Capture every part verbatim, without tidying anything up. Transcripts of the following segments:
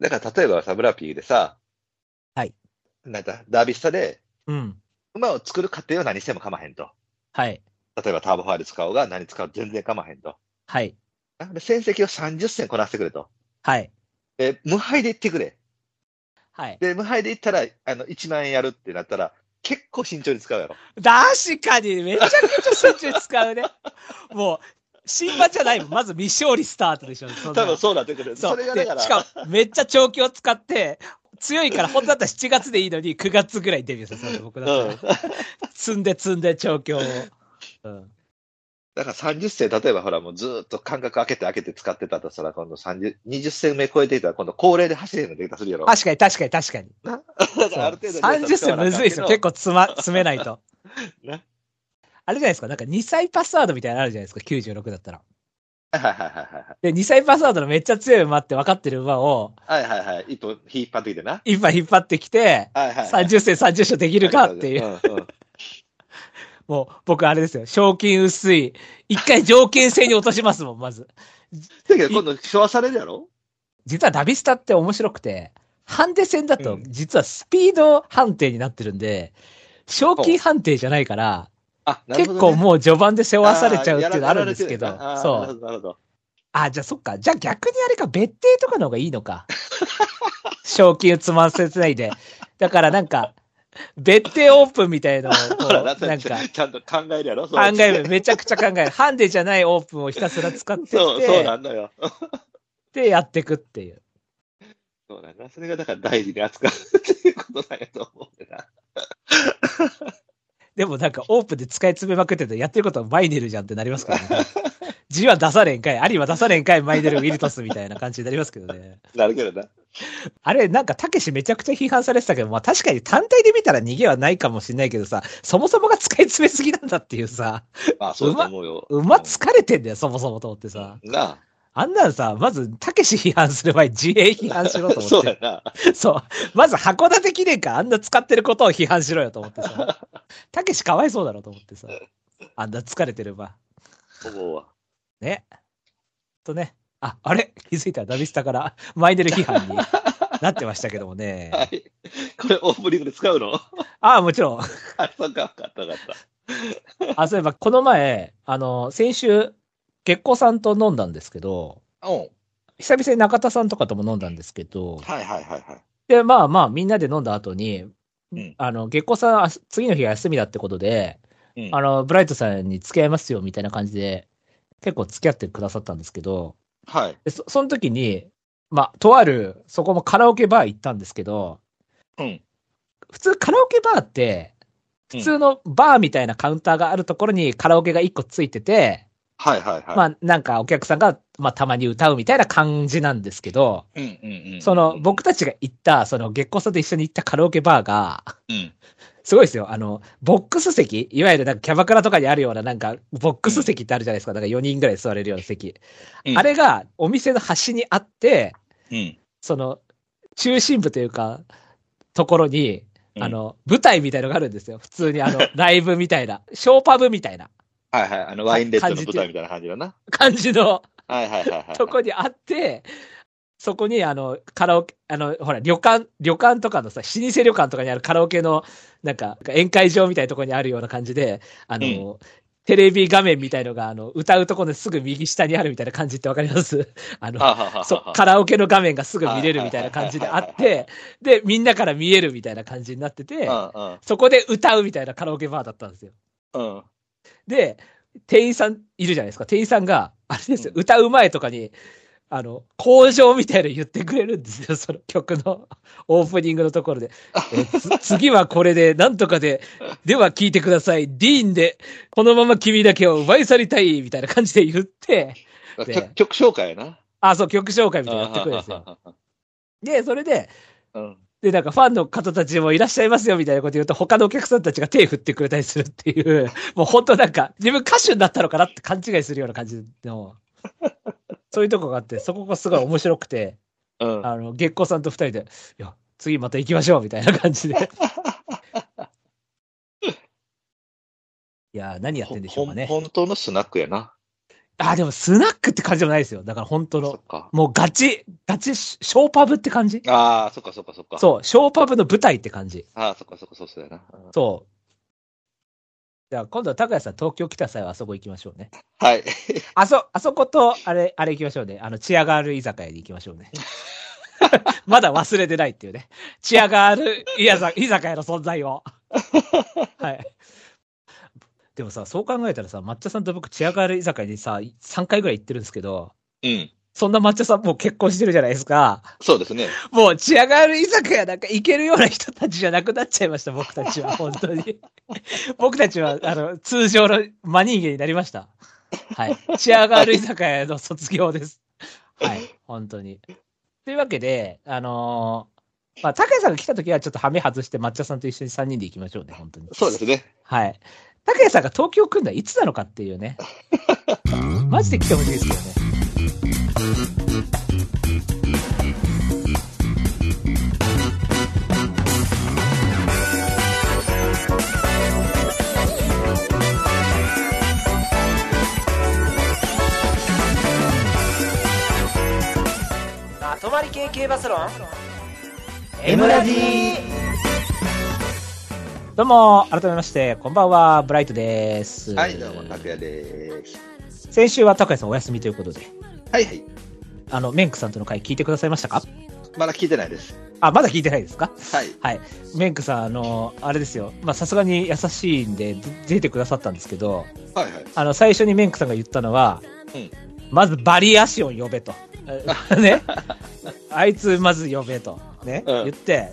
だから例えばさ、ブラピーでさ、 はい。 なんかダービスタで、 うん。 馬を作る過程は何しても構わへんと。 はい。 例えばターボファイル使おうが何使おう全然構わへんと。 はい。 で、戦績をさんじゅっ戦こなしてくれと。 はい。 で、無敗で行ってくれ。 はい。 で、無敗で行ったら、あの、いちまん円やるってなったら、結構慎重に使うやろ。 確かに、めちゃくちゃ集中使うね。もう、新馬じゃないもん。まず未勝利スタートでしょ。そんな多分そうなってくる。 そうそれがだから。 しかも、めっちゃ長期を使って、強いから、本当だったらしちがつでいいのに、くがつぐらいにデビューさせた僕だったら。うん、積んで積んで調教を。うん。 だからさんじゅっ戦、例えばほらもうずっと間隔開けて開けて使ってたとしたら、今度さんじゅう、にじゅっ戦目超えていたら、今度高齢で走れるのデータするやろ。 確かに確かに確かに。 なだからある程度さんじゅっ戦むずいですよ。結構詰ま、詰めないと。 なあれじゃないですか。なんかにさいパスワードみたいなのあるじゃないですか。きゅうじゅうろくだったら。 はいはいはいはい。 で、にさいパスワードのめっちゃ強い馬って分かってる馬を、 はいはいはい。一歩引っ張ってきてな。 一馬引っ張ってきて、 はいはいはい、 さんじゅっ戦さんじゅっ勝できるかっていう。うんうん、もう、僕あれですよ。賞金薄い。一回条件制に落としますもん、まず。 だけど今度、昭和されるやろ。実はダビスタって面白くて、ハンデ戦だと、実はスピード判定になってるんで、賞金判定じゃないから、あ、なるほどね、結構もう序盤で背負わされちゃうっていうのあるんですけど、そう。なるほど、なるほど。あ、じゃあそっか。じゃあ逆にあれか、別邸とかの方がいいのか。賞金を積ませてないで。だからなんか、別邸オープンみたいなのをこう、なんか、 ちゃんと考えるやろ考える。めちゃくちゃ考える。ハンデじゃないオープンをひたすら使ってきて、そう、 そうなんだよ。 で、やっていくっていう。 そうなんだ。それがだから大事に扱うっていうことなんやと思うんだな。 でもなんかオープンで使い詰めまくっててやってることはマイネルじゃんってなりますからね。G は出されんかい、アリは出されんかい、マイネル、ウィルトスみたいな感じになりますけどね。 なるけどな。 あれ、なんか、たけしめちゃくちゃ批判されてたけど、まあ確かに単体で見たら逃げはないかもしれないけどさ、そもそもが使い詰めすぎなんだっていうさ。 まあ、そうだと思うよ。 馬、馬疲れてんだよ、そもそもと思ってさ。なあ。あんなんさ、まず、たけし批判する前に ジーエー 批判しろと思って。そうやな。そう。まず、函館記念館あんな使ってることを批判しろよと思ってさ。たけしかわいそうだろうと思ってさ。あんな疲れてる馬。思うわ。ね。とね。あ、あれ気づいたらダビスタからマイネル批判になってましたけどもね。はい。 これオープニングで使うの？ ああ、もちろん。 あ、そっか、わかったわかった。 あ、そういえば、この前、あの、先週、月光さんと飲んだんですけど、 うん。 久々に中田さんとかとも飲んだんですけど、 はいはいはいはい。 で、まあまあ、みんなで飲んだ後に、 うん、 あの、月光さん、あ次の日が休みだってことで、うん、あの、ブライトさんに付き合いますよ、みたいな感じで、結構付き合ってくださったんですけど、 はい。 でそその時に、まあ、とある、そこもカラオケバー行ったんですけど、 うん。 普通カラオケバーって、普通のバーみたいなカウンターがあるところにカラオケがいっこついてて、 はいはいはい。 まあ、なんかお客さんが、まあ、たまに歌うみたいな感じなんですけど、 うんうんうん、 その、僕たちが行った、その、月光さんと一緒に行ったカラオケバーが、 うん、 すごいですよ。あの、ボックス席、いわゆるなんかキャバクラとかにあるような、なんか、ボックス席ってあるじゃないですか。なんかよにんぐらい座れるような席。うん、あれが、お店の端にあって、うん、その、中心部というか、ところに、あの、舞台みたいのがあるんですよ。普通にあの、ライブみたいな。ショーパブみたいな。 はいはい。あの、ワインレッドの舞台みたいな感じだな。 感じの、 はいはいはいはい。 とこにあって、そこにあの、カラオケ、あの、ほら、旅館、旅館とかのさ、老舗旅館とかにあるカラオケの、なんか、宴会場みたいなところにあるような感じで、あの、うん、テレビ画面みたいのが、あの、歌うところのすぐ右下にあるみたいな感じってわかります？あの、そう、カラオケの画面がすぐ見れるみたいな感じであって、で、みんなから見えるみたいな感じになってて、そこで歌うみたいなカラオケバーだったんですよ。うん。で、店員さんいるじゃないですか。店員さんが、あれですよ、うん、歌う前とかに、あの、工場みたいなの言ってくれるんですよ。その曲のオープニングのところで。え次はこれで、なんとかで、では聴いてください。ディーンで、このまま君だけを奪い去りたい、みたいな感じで言って、 曲紹介やな。 あ、そう、曲紹介みたいなのやってくれるんですよ。で、それで、うん、で、なんかファンの方たちもいらっしゃいますよみたいなこと言うと、他のお客さんたちが手振ってくれたりするっていう、もう本当なんか、自分歌手になったのかなって勘違いするような感じの、そういうとこがあって、そこがすごい面白くて、うん、あの、月光さんと二人で、いや、次また行きましょうみたいな感じで。いや、何やってんでしょうかね。 本当のスナックやな。 あ、でもスナックって感じでもないですよ。だから本当の。もうガチ、ガチ、ショーパブって感じ。 ああ、そっかそっかそっか。 そう、ショーパブの舞台って感じ。 ああ、そっかそっか、そうそうやな。 そう。じゃあ今度は高谷さん東京来た際はあそこ行きましょうね。 はい。 あそ、あそこと、あれ、あれ行きましょうね。あの、チアガール居酒屋に行きましょうね。まだ忘れてないっていうね。チアガール居酒屋の存在を。はい。でもさ、そう考えたらさ、抹茶さんと僕、チアガール居酒屋にさ、さんかいぐらい行ってるんですけど、 うん。 そんな抹茶さんもう結婚してるじゃないですか。 そうですね。 もう、チアガール居酒屋なんか行けるような人たちじゃなくなっちゃいました、僕たちは、本当に。僕たちは、あの、通常の真人間になりました。はい。チアガール居酒屋の卒業です。はい、本当に。というわけで、あのー、まあ、高谷さんが来たときはちょっとハメ外して、抹茶さんと一緒にさんにんで行きましょうね、本当に。 そうですね。 はい。高谷さんが東京来るのはいつなのかっていうね。マジで来てほしいですけどね。まとまり系系バスロン M ラジー。どうも改めましてこんばんは、ブライトです。 はい、どうも拓也です。 先週は高谷さんお休みということで、 はいはい。 あのメンクさんとの会聞いてくださいましたか？ まだ聞いてないです。 あ、まだ聞いてないですか？ はい。 はい。メンクさん、あの、あれですよ。まあ、さすがに優しいんで、出てくださったんですけど、 はいはい。 あの、最初にメンクさんが言ったのは、うん、まずバリアシオン呼べと。ね。あいつまず呼べと。ね。うん、言って、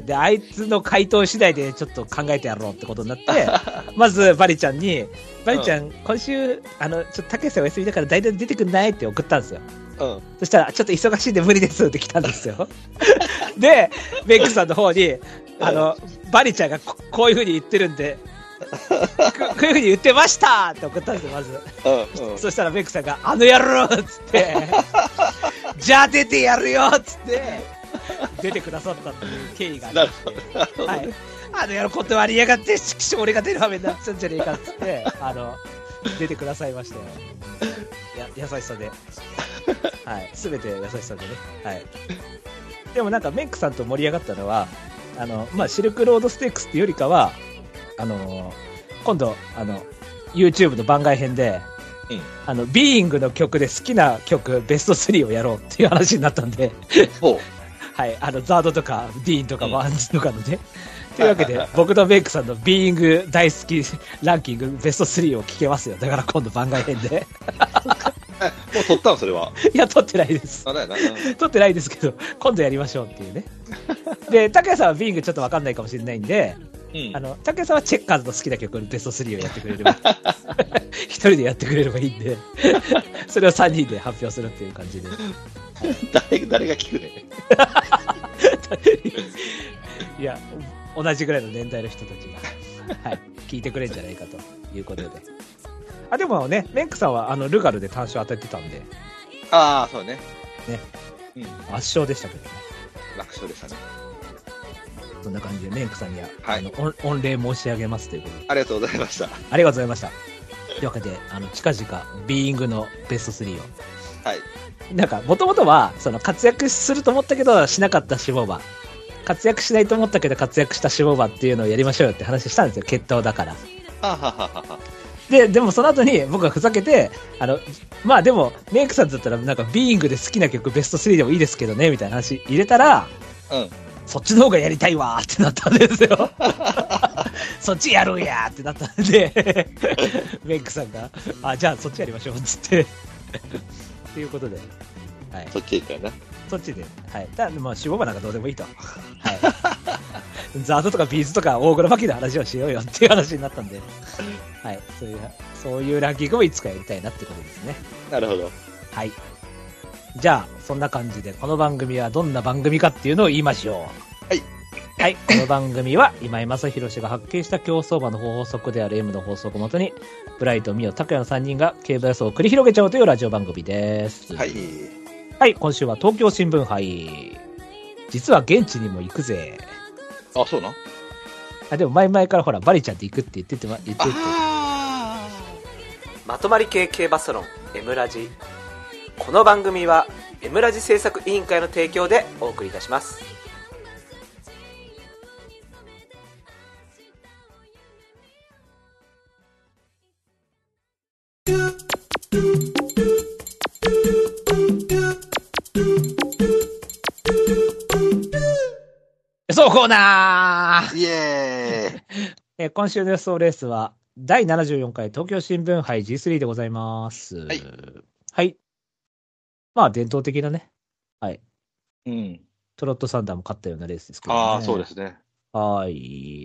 で、あいつの回答次第でちょっと考えてやろうってことになって、まずバリちゃんに、バリちゃん、うん、今週、あの、ちょっとたけしさんお休みだから代打で出てくんないって送ったんですよ。うん、そしたら、ちょっと忙しいんで無理ですって来たんですよ。で、メイクさんの方に、あの、バリちゃんが こ, こういう風に言ってるんで、こ, こういう風に言ってましたって送ったんですよ、まず。うんうん、そしたらメイクさんが、あの野郎っつって、じゃあ出てやるよっつって、出てくださったっていう経緯がありまして、はい。あの野郎断りやがって、俺が出る羽目になっちゃうんじゃねえかっつって、あの、出てくださいましたよ。や、優しさで。はい。すべて優しさでね。はい。でもなんかメンクさんと盛り上がったのは、あの、まあ、シルクロードステークスっていうよりかは、あのー、今度、あの、YouTube の番外編で、うん、あの、ビーイングの曲で好きな曲ベストスリーをやろうっていう話になったんで、はい。あの、ザードとか、ディーンとか、バーンズとかのね。うん、というわけで、僕とメイクさんのビーイング大好きランキングベストスリーを聞けますよ。だから今度番外編で。 もう撮ったのそれは。 いや、撮ってないです。 あだよな。 撮ってないですけど、今度やりましょうっていうね。で、拓也さんはビーイングちょっとわかんないかもしれないんで、うん、あの、拓也さんはチェッカーズの好きな曲のベストスリーをやってくれれば、一人でやってくれればいいんで、それをさんにんで発表するっていう感じで。 誰、誰が聞くね。 いや、同じぐらいの年代の人たちが、はい、聞いてくれるんじゃないかということで。あ、でもね、メンクさんはあのルガルで単勝当ててたんで。 ああ、そうね。 ね。うん。圧勝でしたけどね。 楽勝でしたね。 そんな感じでメンクさんには、 はい、 あの御礼申し上げますということで。 ありがとうございました。 ありがとうございました。というわけで、あの、近々、ビーイングのベストスリーを。 はい。 なんか、もともとは、その、活躍すると思ったけど、しなかったシボバ。活躍しないと思ったけど、活躍したシボバっていうのをやりましょうよって話したんですよ、決闘だから。 はははは。 で、でもその後に僕がふざけて、あの、まあでも、メイクさんだったらなんかビーイングで好きな曲ベストスリーでもいいですけどね、みたいな話入れたら、うん。そっちの方がやりたいわーってなったんですよ。そっちやるんやーってなったんで、メイクさんが、あ、じゃあそっちやりましょうっつって。っていうことで、 はい。そっちでいいかな。 そっちで、はい。ただ、まあ、シボバなんかどうでもいいと。はい。ザードとかビーズとか大黒摩季の話をしようよっていう話になったんで、はい。そういう、そういうランキングもいつかやりたいなってことですね。 なるほど。 はい。じゃあ、そんな感じで、この番組はどんな番組かっていうのを言いましょう。 はい。 はい。この番組は、今井正弘氏が発見した競走馬の法則である M の法則をもとに、ブライト、ミオ、タクヤのさんにんが競馬予想を繰り広げちゃおうというラジオ番組です。 はい。 はい、今週は東京新聞杯。実は現地にも行くぜ。 あ、そうな。 あ、でも前々からほら、バリちゃんって行くって言ってて、言ってて。 あまとまり系系バスロン M ラジ。この番組は M ラジ制作委員会の提供でお送りいたします。予想コーナーイエーイえー今週の予想レースはだいななじゅうよんかい東京新聞杯 ジースリー でございます。 はい。 はい。まあ伝統的なね。はい。 うん。 トロットサンダーも勝ったようなレースですけどね。 ああ、そうですね。 はい。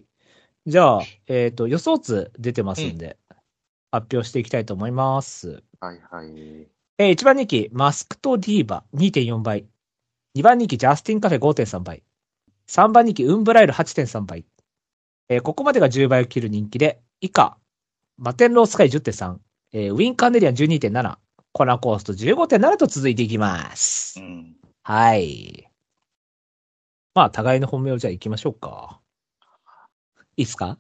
じゃあ、えっ、と、予想図出てますんで、発表していきたいと思います。 はいはい。 えー、いちばん人気、マスクとディーバ にてんよん 倍。にばん人気、ジャスティンカフェ ごてんさん 倍。さんばん人気、ウンブライル はちてんさん 倍。えーここまでがじゅうばいを切る人気で、以下、マテンロースカイ じゅってんさん、えーウィンカーネリアン じゅうにてんなな、コナコースト じゅうごてんなな と続いていきまうす。 ん。 はい。まあ、互いの本命をじゃあ行きましょうか。いいっすか？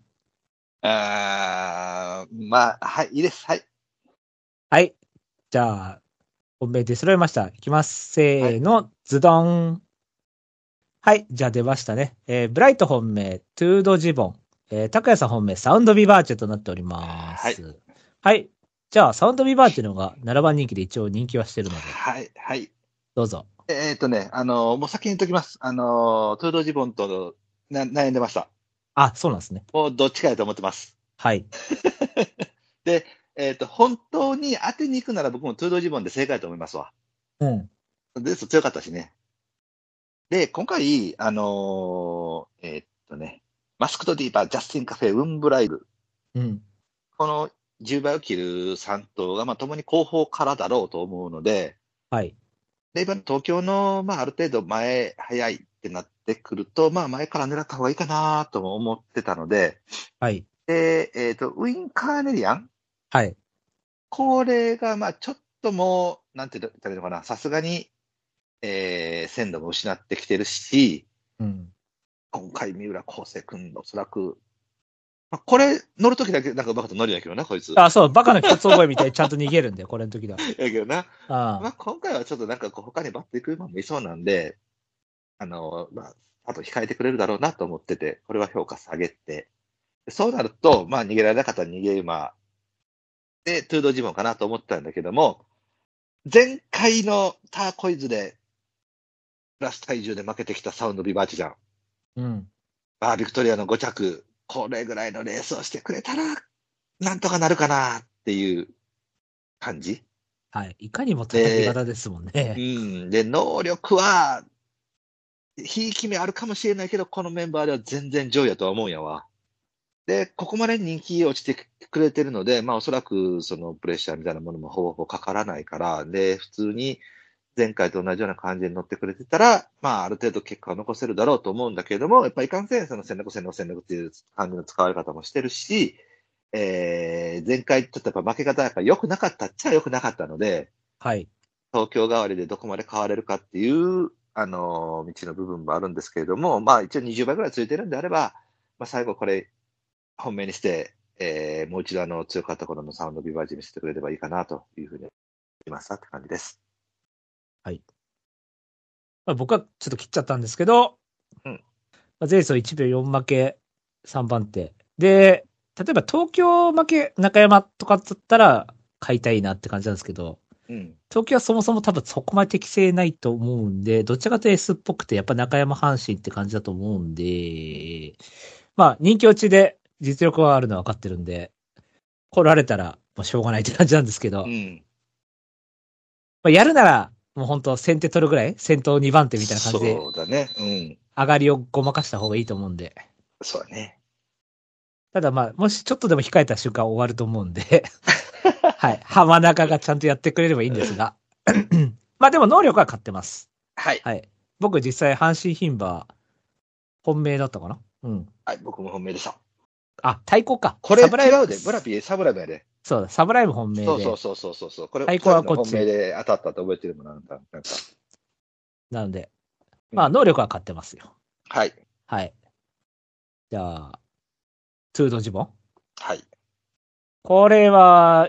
あー、まあ、はい、いいです。はい。 はい。じゃあ、本命出揃いました。いきます。せはい。 ーの、ズドン。はい。じゃあ出ましたね。えーブライト本命、トゥードジボン。えー、タクヤさん本命、サウンドビバーチェとなっておりまはい。 す。はい。じゃあ、サウンドビバーチェの方がななばん人気で一応人気はしてるので、 はい。はい。 どうぞ。 えっとね、あのーもう先に言っときます。あのートゥードジボンとな悩んでました。 あ、そうなんですね。 もうどっちかやと思ってます。 はい。 で、えっと、本当に当てに行くなら僕もトゥードジボンで正解だと思いますわ。 うん。 で、強かったしね。で、今回、あのーえっとね、マスクとディーバー、ジャスティンカフェ、ウンブライブ。 うん。 このじゅうばいを切るさん頭が、まあ、共に後方からだろうと思うので、 はい。 で、今、東京の、まあ、ある程度前、早いってなってくると、まあ、前から狙った方がいいかなとも思ってたので、 はい。 で、えっと、ウィン・カーネリアン、 はい。 これが、まあ、ちょっともう、なんて言ったらいいのかな、さすがに、えー、鮮度も失ってきてるし、 うん。 今回、三浦康生君、おそらく、まあ、これ、乗るときだけ、なんかうまく乗るんやけどな、こいつ。 あ、そう、バカの一つ覚えみたいにちゃんと逃げるんだよ、これの時だ。 やけどな。 あまあ、今回はちょっとなんかこう他にバッティング馬もいそうなんで、あの、まあ、あと控えてくれるだろうなと思ってて、これは評価下げて、そうなると、まあ、逃げられなかったら逃げ馬で、トゥードジモンかなと思ったんだけども、前回のターコイズで、プラス体重で負けてきたサウンドビバーチじゃん。 うん。 まあ、ビクトリアのご着、これぐらいのレースをしてくれたら、なんとかなるかなっていう感じ。 はい。いかにも叩きで、 方ですもんうね。 ん。で、能力は、ひいき目あるかもしれないけど、このメンバーでは全然上位やとは思うんやわ。で、ここまで人気落ちてくれてるので、まあおそらくそのプレッシャーみたいなものもほぼほぼかからないから、で、普通に前回と同じような感じに乗ってくれてたら、まあある程度結果を残せるだろうと思うんだけれども、やっぱりいかんせんその戦略戦略戦略っていう感じの使われ方もしてるし、えー、前回ちょっとやっぱ負け方やっぱ良くなかったっちゃ良くなかったので、 はい。 東京代わりでどこまで変われるかっていう、あの、道の部分もあるんですけれども、まあ一応にじゅうばいぐらいついてるんであれば、まあ最後これ本命にして、えー、もう一度あの強かった頃のサウンドビバージ見せてくれればいいかなというふうに思いましたって感じです。 はい。まあ、僕はちょっと切っちゃったんですけど、 うん。 まあ、前走いちびょうよん負けさんばん手。で、例えば東京負け中山とかだったら買いたいなって感じなんですけど、 うん。 東京はそもそも多分そこまで適正ないと思うんで、どちらかというと S っぽくて、やっぱ中山阪神って感じだと思うんで、まあ人気落ちで実力はあるのは分かってるんで、来られたらもうしょうがないって感じなんですけど、 うん。 まあ、やるならもう本当先手取るぐらい、先頭にばん手みたいな感じでそうだね。うん。 上がりをごまかした方がいいと思うんで、 そうだね。 ただまあ、もしちょっとでも控えた瞬間終わると思うんで、はい。浜中がちゃんとやってくれればいいんですが。まあでも能力は買ってます。 はい。 はい。僕実際阪神牝馬本命だったかな。うん。 はい、僕も本命でした。 あ、対抗か。 これサブライブ。 違うで。ブラピー、サブライブやで。 そうだ、サブライブ本命で。 そうそうそうそうそうそう。これ、 対抗はふたつのこっち。 本命で当たったって覚えてるもんな、なんか。なんかなので、 うん、 まあ能力は買ってますよ。 はい。 はい。じゃあ、トゥードジボン。 はい。 これは、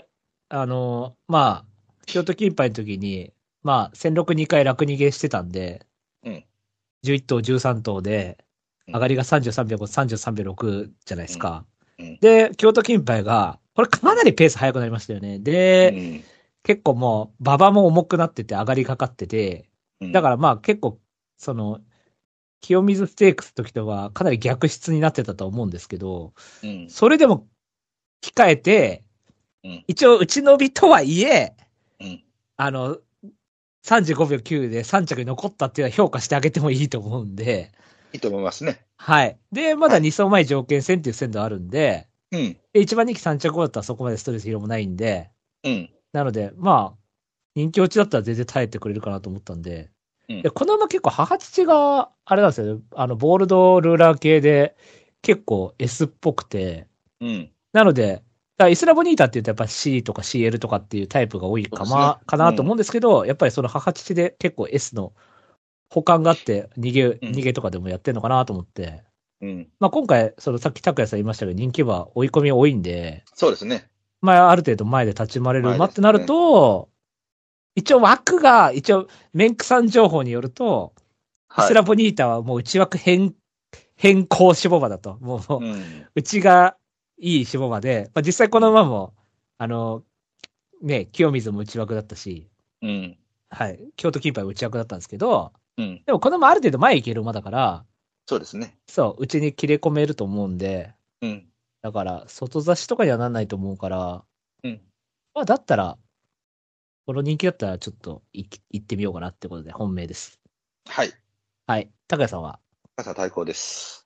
あの、まあ、京都金杯の時に、まあ、戦六にかい楽逃げしてたんで、 うん。 じゅういっ頭、じゅうさん頭で、 うん上がりがさんじゅうさんびゃくご、さんじゅうさんびゃくろくじゃないですか。 うん。 で、京都金杯が、これかなりペース速くなりましたよね。 うで、 ん。 結構もう、馬場も重くなってて上がりかかってて、 うん。 だからまあ結構、その、清水ステークスの時とはかなり逆質になってたと思うんですけど、 うん。 それでも控えて、 うん。 一応内伸びとはいえ、 うん。 あの、さんじゅうごびょうきゅうでさん着に残ったっていうのは評価してあげてもいいと思うんで、 いいと思いますね。 はい。で、まだはい。 に走前条件戦っていう戦度あるんで、 うん。 で一番人気さん着後だったらそこまでストレス広もないんで、 うん。 なので、まあ、人気落ちだったら全然耐えてくれるかなと思ったんで、で、 うん。 この馬結構母父が、あれなんですよね、あの、ボールドルーラー系で、結構 S っぽくて、 うん。 なので、だからイスラボニータって言うとやっぱ C とか シーエル とかっていうタイプが多いそうですね。 かま、かなと思うんうん。 ですけど、やっぱりその母父で結構 S の補完があって逃げ、 うん。 逃げとかでもやってんのかなと思って、 うん。 まあ今回、そのさっき拓也さん言いましたけど人気馬追い込み多いんで、 そうですね。 まあある程度前で立ち回れる前馬ってなるですね。 と、一応枠が、一応、メンクさん情報によると、イはい。 スラボニータはもう内枠変、変更脂肪馬だと。もう、 うん。 内がいい脂肪馬で、まあ、実際この馬も、あの、ね、清水も内枠だったし、 うん。 はい、京都キーパーは内枠だったんですけど、 うん。 でもこの馬ある程度前行ける馬だから、 そうですね。 そう、内に切れ込めると思うんで、 うん。 だから、外差しとかにはなんないと思うから、 うん。 まあ、だったら、この人気だったらちょっと行き行ってみようかなってことで、本命です。 はい。 はい。高谷さんは朝対抗です。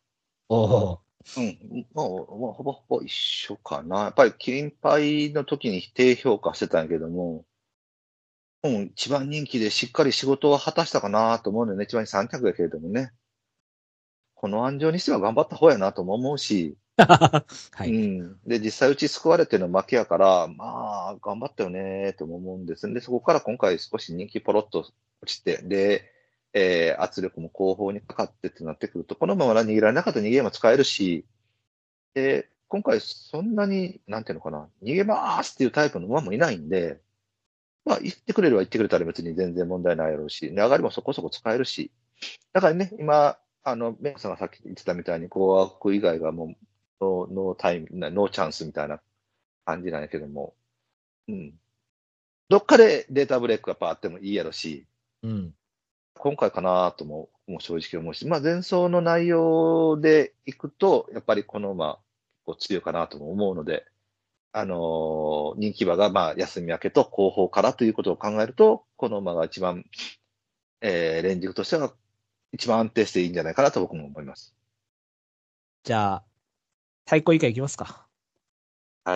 おお。 うん。もう、もうほぼほぼ一緒かな。やっぱり金杯の時に低評価してたんやけども、うん、一番人気でしっかり仕事は果たしたかなと思うのよね。一番三着やけれどもね。この安城にしては頑張った方やなとも思うし、 はうい。 ん。で、実際うち救われてるの負けやから、まあ、頑張ったよねとも思うんです。で、そこから今回少し人気ポロッと落ちて、で、えー圧力も後方にかかってってなってくると、このまま逃げられなかったら逃げも使えるし、で、今回そんなに、なんていうのかな、逃げまーすっていうタイプの馬もいないんで、まあ、言ってくれれば言ってくれたら別に全然問題ないやろうし、値上がりもそこそこ使えるし、だからね、今、あの、メイさんがさっき言ってたみたいに、高額以外がもう、ノーノータイム、なノーチャンスみたいな感じなんやけども、うん。どっかでデータブレイクがパーあってもいいやろし、 うん。 今回かなとも、もう正直思うし、まあ前走の内容でいくと、やっぱりこの馬、こう強いかなとも思うので、あのー人気馬がまあ休み明けと後方からということを考えると、この馬が一番、えー、レンジとしては一番安定していいんじゃないかなと僕も思います。 じゃあ、対抗以下いきますか。 はい。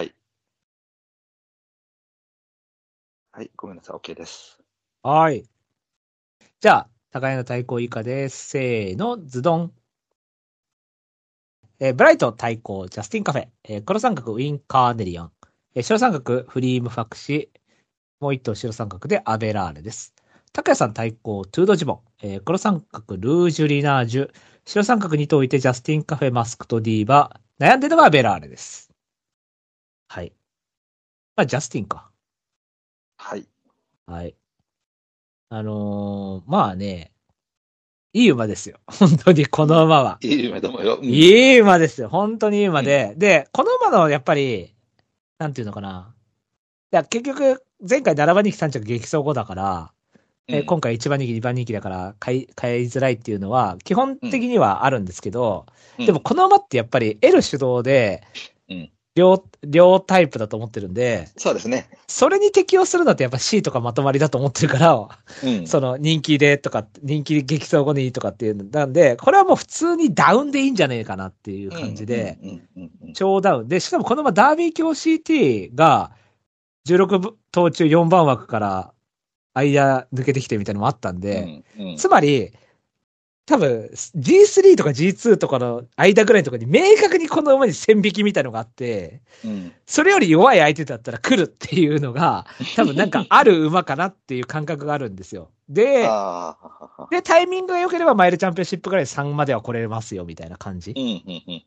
はい、ごめんなさい、OK です。 はい。じゃあ、高谷の対抗以下です。せーの、ズドン。えーブライト対抗、ジャスティンカフェ。えー黒三角、ウィン・カーネリオン。えー白三角、フリーム・ファクシ。もう一頭白三角でアベラーレです。高谷さん対抗、トゥードジボン。えー黒三角、ルージュ・リナージュ。白三角に頭置いて、ジャスティンカフェ、マスクとディーバ。悩んでるのがアベラーレです。はい。まあ、ジャスティンか。 はい。 はい。あのー、まあね、いい馬ですよ。本当に、この馬は。 いい夢と思うよ。うん。 いい馬ですよ。本当にいい馬うん。 で。で、この馬の、やっぱり、なんていうのかな。いや、結局、前回ななばん人気さん着激走後だから、えーうん。 今回いちばん人気、にばん人気だから買い、買いづらいっていうのは、基本うん。 的にはあるんですけど、 うん。 でもこの馬ってやっぱり L 主導で、 うん。 両、両タイプだと思ってるんで、 そうですね。 それに適用するのってやっぱ C とかまとまりだと思ってるから、 うん。 その人気でとか、人気激走後にとかっていうのなんで、これはもう普通にダウンでいいんじゃねえかなっていううん。 感じうん。 で、 うん。うん。うん。 超ダウン。で、しかもこのままダービー卿 シーティー がじゅうろく頭中よんばん枠から間抜けてきてみたいなのもあったんで、 うん。うん。 つまり、多分 ジースリー とか ジーツー とかの間ぐらいのところに明確にこの馬に線引きみたいのがあって、 うん。 それより弱い相手だったら来るっていうのが、多分なんかある馬かなっていう感覚があるんですよ。で、 ああ。 で、タイミングが良ければマイルチャンピオンシップぐらいさんまでは来れますよみたいな感じ。 うん。うん。うん。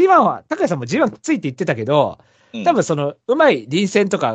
だから ジーワン は、高谷さんも ジーワン ついて言ってたけど、 うん。 多分その、うまい臨戦とか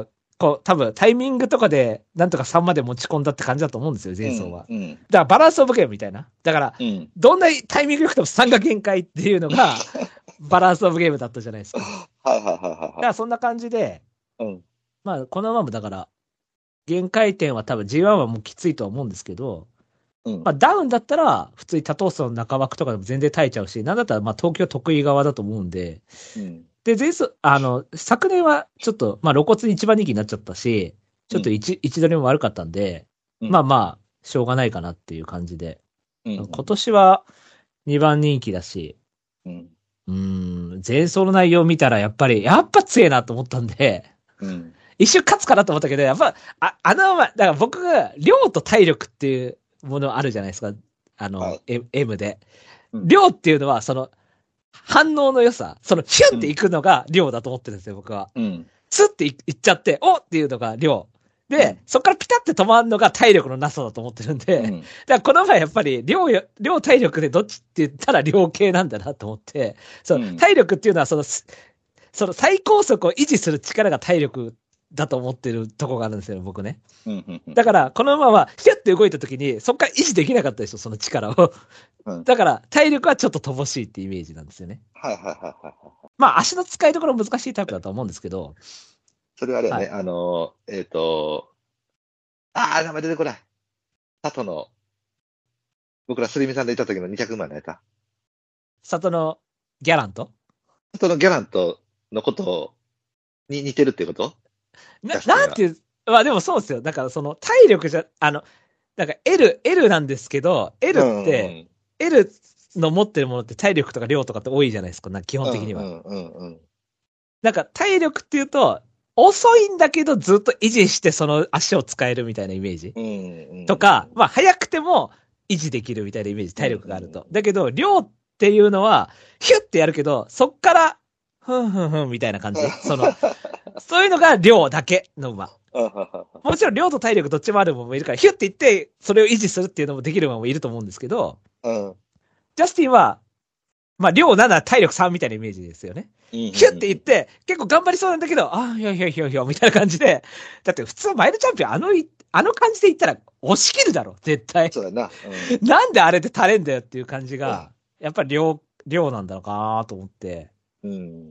こう、多分タイミングとかで、なんとかさんまで持ち込んだって感じだと思うんですよ、前走は。 うんうん、 だからバランスオブゲームみたいな。だから、 うん、 どんなタイミング良くてもさんが限界っていうのが、バランスオブゲームだったじゃないですか。 はいはいはいはい。だからそんな感じで、 うん、 まあ、このままもだから、限界点は多分 ジーワン はもうきついとは思うんですけど、 うん、 まあ、ダウンだったら、普通に多頭数の中枠とかでも全然耐えちゃうし、なんだったらまあ東京得意側だと思うんで、 うん、 で、前走、あの、昨年はちょっと、まあ露骨に一番人気になっちゃったし、ちょっと位置、位置取りも悪かったんで、 うん、 まあまあ、しょうがないかなっていう感じで、 うん、 今年はにばん人気だし、 うん、 うーん、前走の内容を見たらやっぱり、やっぱ強えなと思ったんで、 うん、 一瞬勝つかなと思ったけど、やっぱ、あ、あのまま、だから僕が、量と体力っていうものあるじゃないですか。あの、 はい、 M, M で。 うん、 量っていうのは、その、反応の良さ、その、ヒュンっていくのが量だと思ってるんですよ、僕は。 うん、 スッていいっちゃって、おっていうのが量。で、 うん、 そこからピタって止まるのが体力のなさだと思ってるんで、 うん、 だからこの前やっぱり量よ、量体力でどっちって言ったら量系なんだなと思って、そう、 うん体力っていうのはその、その最高速を維持する力が体力だと思ってるとこがあるんですよ、僕ね。 うん、 だから、この馬は、ヒュッて動いた時に、そこから維持できなかったでしょ、その力を。 うん、 だから、体力はちょっと乏しいってイメージなんですよね。 はいはいはいはい。 まあ、足の使いどころ難しいタイプだと思うんですけど、 それはあれよね、 はい。 あの、えっと、ああ、名前出てこない。佐藤の、僕らスリミさんでいた時のにひゃくまんのやった。 里のギャラント佐藤のギャラントのことに似てるっていうことな、 ジャスティンは。 なんていう、まあでもそうですよ。だからその体力じゃ、あの、なんか L、L なんですけど、L うっんうて、 ん。 L の持ってるものって体力とか量とかって多いじゃないですか、なんか基うん本的には。 うんうんうん。 なんか体力っていうと、遅いんだけどずっと維持してその足を使えるみたいなイメージ。 うんうん。 とか、まあ早くても維持できるみたいなイメージ、体力があると。だけど、量っていうのは、ヒュッてやるけど、そっから、ふんふんふんみたいな感じ。その、そういうのが量だけの馬。もちろん量と体力どっちもある馬もいるから、ヒュッて言って、それを維持するっていうのもできる馬もいると思うんですけど、 うん。 ジャスティンは、まあ量なな、体力さんみたいなイメージですよね。ヒュッて言って、結構頑張りそうなんだけど、ああ、ひょひょひょひょ、みたいな感じで、だって普通マイルチャンピオン、あのい、あの感じで言ったら押し切るだろ、絶対。 そうだな。 うん、なんであれで垂れんだよっていう感じが、やっぱり量、量なんだろうかなと思って。 うん。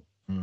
うん。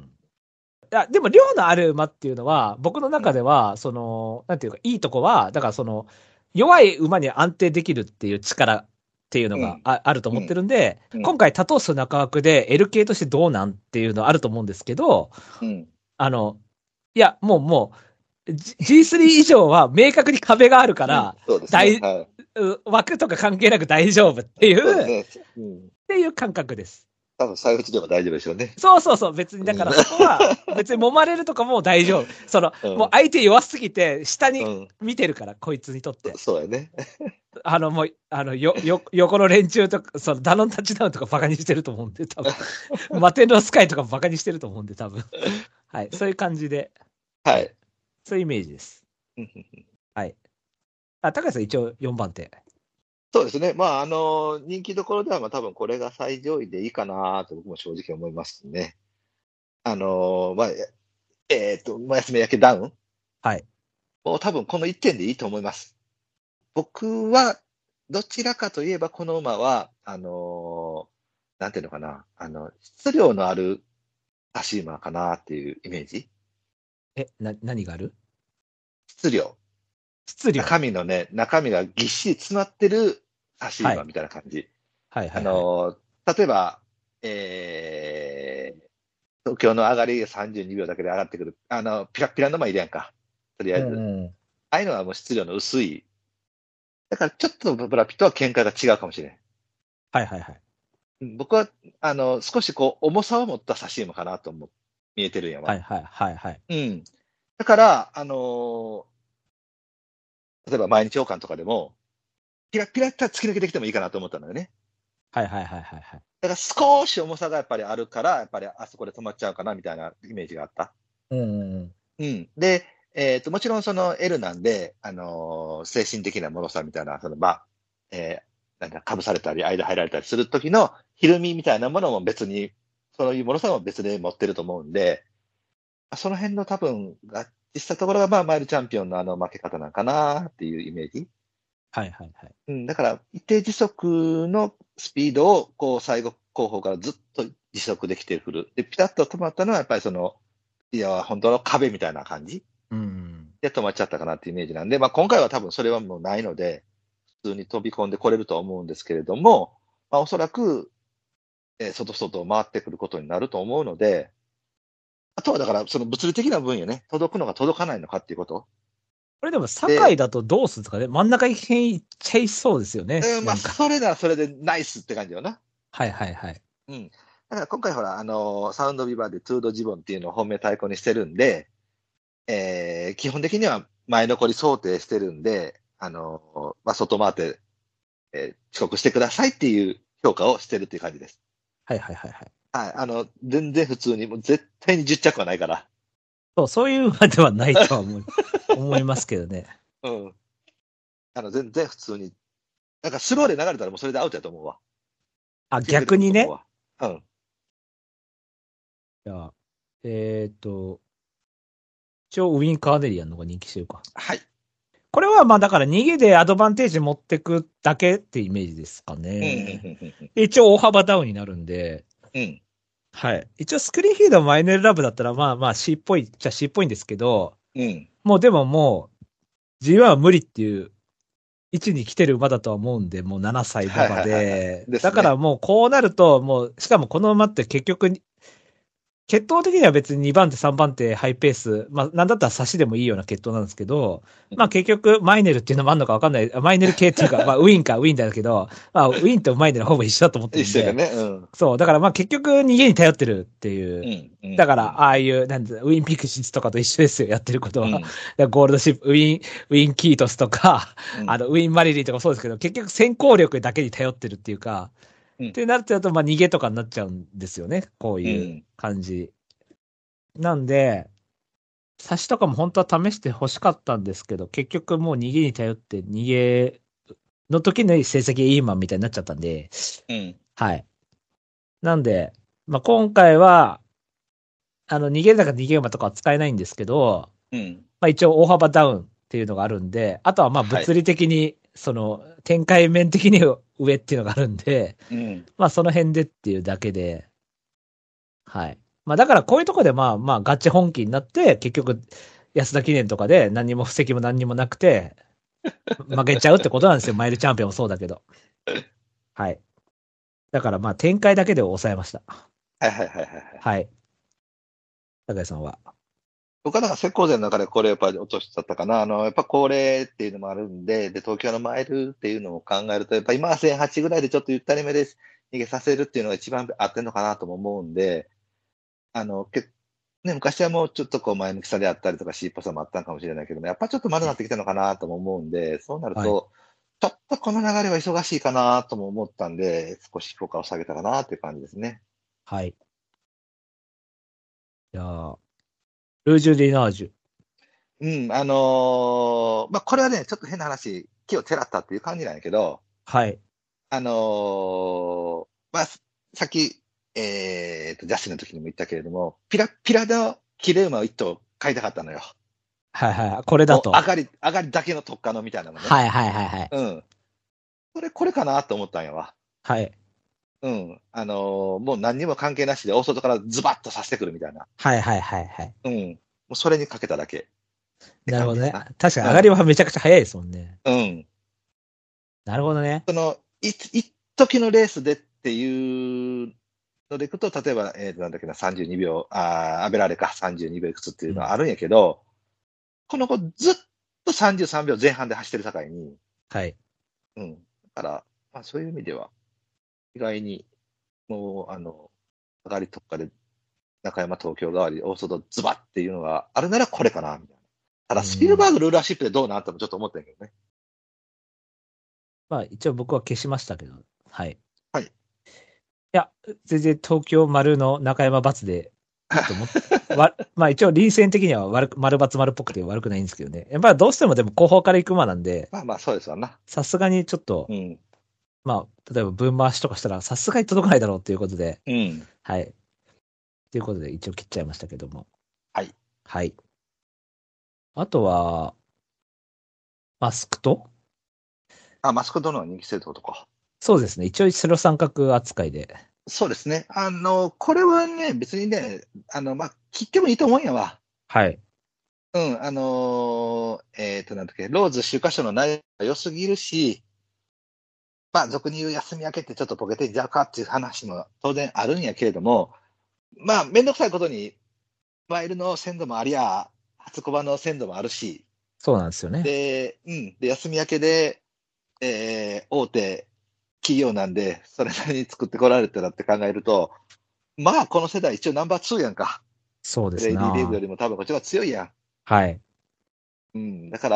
いや、でも量のある馬っていうのは、僕の中では、うん、その、なんていうか、いいとこは、だからその、弱い馬に安定できるっていう力っていうのが あ,、うん、あると思ってるんで、うん、今回多頭数中枠で L 系としてどうなんっていうのあると思うんですけど、うん、あの、いや、もうもう、ジースリー 以上は明確に壁があるから、 そうですね、はい、 枠とか関係なく大丈夫っていう、ねうん、っていう感覚です。 多分、最後でも大丈夫でしょうね。 そうそうそう、別に、だからそこは、別に揉まれるとかも大丈夫。その、うん、もう相手弱すぎて、下に見てるから、うん、こいつにとって。 そうやね。 あの、もう、あの、よ、よ、横の連中とか、その、ダノンタッチダウンとかバカにしてると思うんで、多分。マテンロスカイとかバカにしてると思うんで、多分。はい、そういう感じで。 はい。 そういうイメージです。はい。あ、高橋さん一応よんばん手。 そうですね。まあ、あの、人気どころでは、まあ、多分これが最上位でいいかなと僕も正直思いますね。あの、まあ、えっ、ー、と、まあ、休み明けダウンはい。 もう多分このいってんでいいと思います。僕は、どちらかといえば、この馬は、あの、なんていうのかな、あの、質量のある足馬かなっていうイメージ。 え、な、何がある？ 質量。 質量。 中身のね、中身がぎっしり詰まってる足馬みたいな感じ。 はい、はい、はい、 あの、例えば、えー、東京の上がりがさんじゅうにびょうだけで上がってくる。あの、ピラピラの馬いるやんか。とりあえず。うんうん、ああいうのはもう質量の薄い。だからちょっとブラピとは見解が違うかもしれない。 はいはいはい。 僕は、あの、少しこう、重さを持った差し馬かなと思見えてるんやわ。 はいはいはいはい。 うん。だから、あのー、例えば毎日王冠とかでも、ピラピラって突き抜けてきてもいいかなと思ったのよね。 はいはいはいはいはい。 だから少し重さがやっぱりあるから、やっぱりあそこで止まっちゃうかなみたいなイメージがあった。 うんうんうん。 うん。で、えっ、ー、と、もちろんその L なんで、あのー、精神的なものさみたいな、その、まあ、えー、なんか被されたり、間入られたりするときのひるみみたいなものも別に、そういうものさも別で持ってると思うんで、その辺の多分、合実際ところが、まあ、マイルチャンピオンのあの負け方なんかなっていうイメージ。 はいはいはい。 うん、だから、一定時速のスピードを、こう、最後後方からずっと時速できてくる。で、ピタッと止まったのは、やっぱりその、いや、本当の壁みたいな感じうん。 で止まっちゃったかなっていうイメージなんで、まあ、今回は多分それはもうないので、普通に飛び込んでこれるとは思うんですけれども、まあ、おそらく、えー外外を回ってくることになると思うので、あとはだから、その物理的な分野ね、届くのか届かないのかっていうこと。 これでも、堺で、 だとどうするんですかね、真ん中辺行っちゃいそうですよね。 うん、まあ、 なんか。 それならそれでナイスって感じよな。 はいはいはい。 うん。だから今回ほら、あのーサウンドビバーでトゥードジボンっていうのを本命対抗にしてるんで、えー基本的には前残り想定してるんで、あのーまあ、外回って、えー遅刻してくださいっていう評価をしてるっていう感じです。 はいはいはいはい。 はい。あの、全然普通に、もう絶対にじゅっ着はないから。 そう、そういうまではないとは思い、思いますけどね。 うん。あの、全然普通に。なんかスローで流れたらもうそれでアウトやと思うわ。 あ、 決めてく逆にね。 ると思うわ。うん。 じゃあ、えっと、一応ウィン・カーネリアンの方が人気してるか。 はい。 これはまあだから逃げでアドバンテージ持ってくだけってイメージですかうん、うん、 ね。 うん、うん。 一応大幅ダウンになるんで、 うん。 はい。一応スクリーンフィードマイネルラブだったらまあまあ C っぽいっちゃ C っぽいんですけど、 うん。 もうでももう ジーワン は無理っていう位置に来てる馬だとは思うんで、もうななさい馬場はいはいはいはい。 で、 ですね。 だからもうこうなると、もう、しかもこの馬って結局血統的には別ににばん手、さんばん手、ハイペース、まあ、なんだったら差しでもいいような血統なんですけど、まあ結局、マイネルっていうのもあるのかわかんない、マイネル系っていうか、まあウィンか、ウィンだけど、まあウィンとマイネルほぼ一緒だと思ってるんで、 一緒やね。うん。 そう、だからまあ結局逃げに頼ってるっていう、 うん。うん。 だから、ああいう、なんてウィンピクシスとかと一緒ですよ、やってることは。 うん。 だからゴールドシップ、ウィン、ウィンキートスとか、 うん。 あの、ウィンマリリーとかもそうですけど、結局先行力だけに頼ってるっていうか、 うん。 ってなっちゃうと、まあ逃げとかになっちゃうんですよね、こういううん。 感じ。なんで、差しとかも本当は試して欲しかったんですけど、結局もう逃げに頼って逃げの時の成績いいマンみたいになっちゃったんで、 うん。 はい。なんで、まあ、今回は、あの、逃げ高逃げ馬とかは使えないんですけど、 うん。 まあ一応大幅ダウンっていうのがあるんで、あとはまあはい。 物理的に、その、展開面的に上っていうのがあるんで、 うん。 まあその辺でっていうだけで、はい。まあだからこういうとこでまあまあガチ本気になって、結局安田記念とかで何にも布石も何にもなくて、負けちゃうってことなんですよ。マイルチャンピオンもそうだけど。はい。だからまあ展開だけで抑えました。 はいはいはいはいはい。 はい。高井さんは。 僕はなんか石膏前の中でこれやっぱり落としちゃったかな。あの、やっぱ高齢っていうのもあるんで、で、東京のマイルっていうのを考えると、やっぱ今はせんはちぐらいでちょっとゆったりめで逃げさせるっていうのが一番合ってるのかなとも思うんで、あの、けね、昔はもうちょっとこう前向きさであったりとか C っぽさもあったのかもしれないけども、やっぱちょっと丸くなってきたのかなとも思うんで、そうなるはい。 と、ちょっとこの流れは忙しいかなとも思ったんで、少し評価を下げたかなっていう感じですね。 はい。じゃあ、ルージュ・ディナージュ。 うん、あのーまあ、これはね、ちょっと変な話、木をてらったっていう感じなんやけど、 はい。 あのーまあ、さっき、えーと、ジャスティンの時にも言ったけれども、ピラッピラのキレ馬を一頭買いたかったのよ。 はいはい。これだもう上と。 がり、上がりだけの特化のみたいなのね。 はいはいはいはい。 うん。これ、これかなと思ったんやわ。 はい。 うん。あのーもう何にも関係なしで大外からズバッとさせてくるみたいな。 はいはいはいはい。 うん。もうそれにかけただけってなるほどね。 感じですな。 確かに上がりうん。 はめちゃくちゃ早いですもんね。 うん。 なるほどね。 その、い、一時のレースでっていうのでいくと、例えば、えーと、なんだっけな、さんじゅうにびょう、あーアベラーレか、さんじゅうにびょういくつっていうのはうん。 あるんやけど、この子ずっとさんじゅうさんびょうぜん半で走ってる境に、 はい。 うん。だから、まあ、そういう意味では、意外に、もう、あの、上がり特化で中山東京代わり大外ズバッっていうのがあるならこれかな、みたいな。たうだ、スピルバん。 ーグルーラーシップでどうなってもちょっと思ったんやけどね。 まあ一応僕は消しましたけど。はい。いはい。 や、全然東京丸の中山罰でいいと思って、わ、まあ一応臨戦的には悪く、丸罰丸っぽくて悪くないんですけどね。やっぱりどうしてもでも後方から行く馬なんで、 まあまあ、そうですわな。 さすがにちょっと、 うん。 まあ、例えば分回しとかしたらさすがに届かないだろうっていうことで、 うん。 はい。ということで一応切っちゃいましたけども。 はい。 はい。 あとは、マスクとあ、マスコットの人気制度とか。 そうですね。一応白三角扱いで。 そうですね。あの、これはね、別にね、あの、まあ、切ってもいいと思うんやわ。 はい。 うん、あのーえっと、なんだっけ、ローズ秋華賞の内容が良すぎるし、まあ、俗に言う休み明けってちょっとポケてんじゃうかっていう話も当然あるんやけれども、まあ、めんどくさいことに、マイルの鮮度もありゃ、初コバの鮮度もあるし、 そうなんですよね。 で、うん、で、休み明けで、えー大手企業なんで、それなりに作ってこられてたって考えると、まあ、この世代一応ナンバーツーやんか。 そうですレイディーリーグよな。 りも多分こっちが強いやん。 はい。 うん、だから、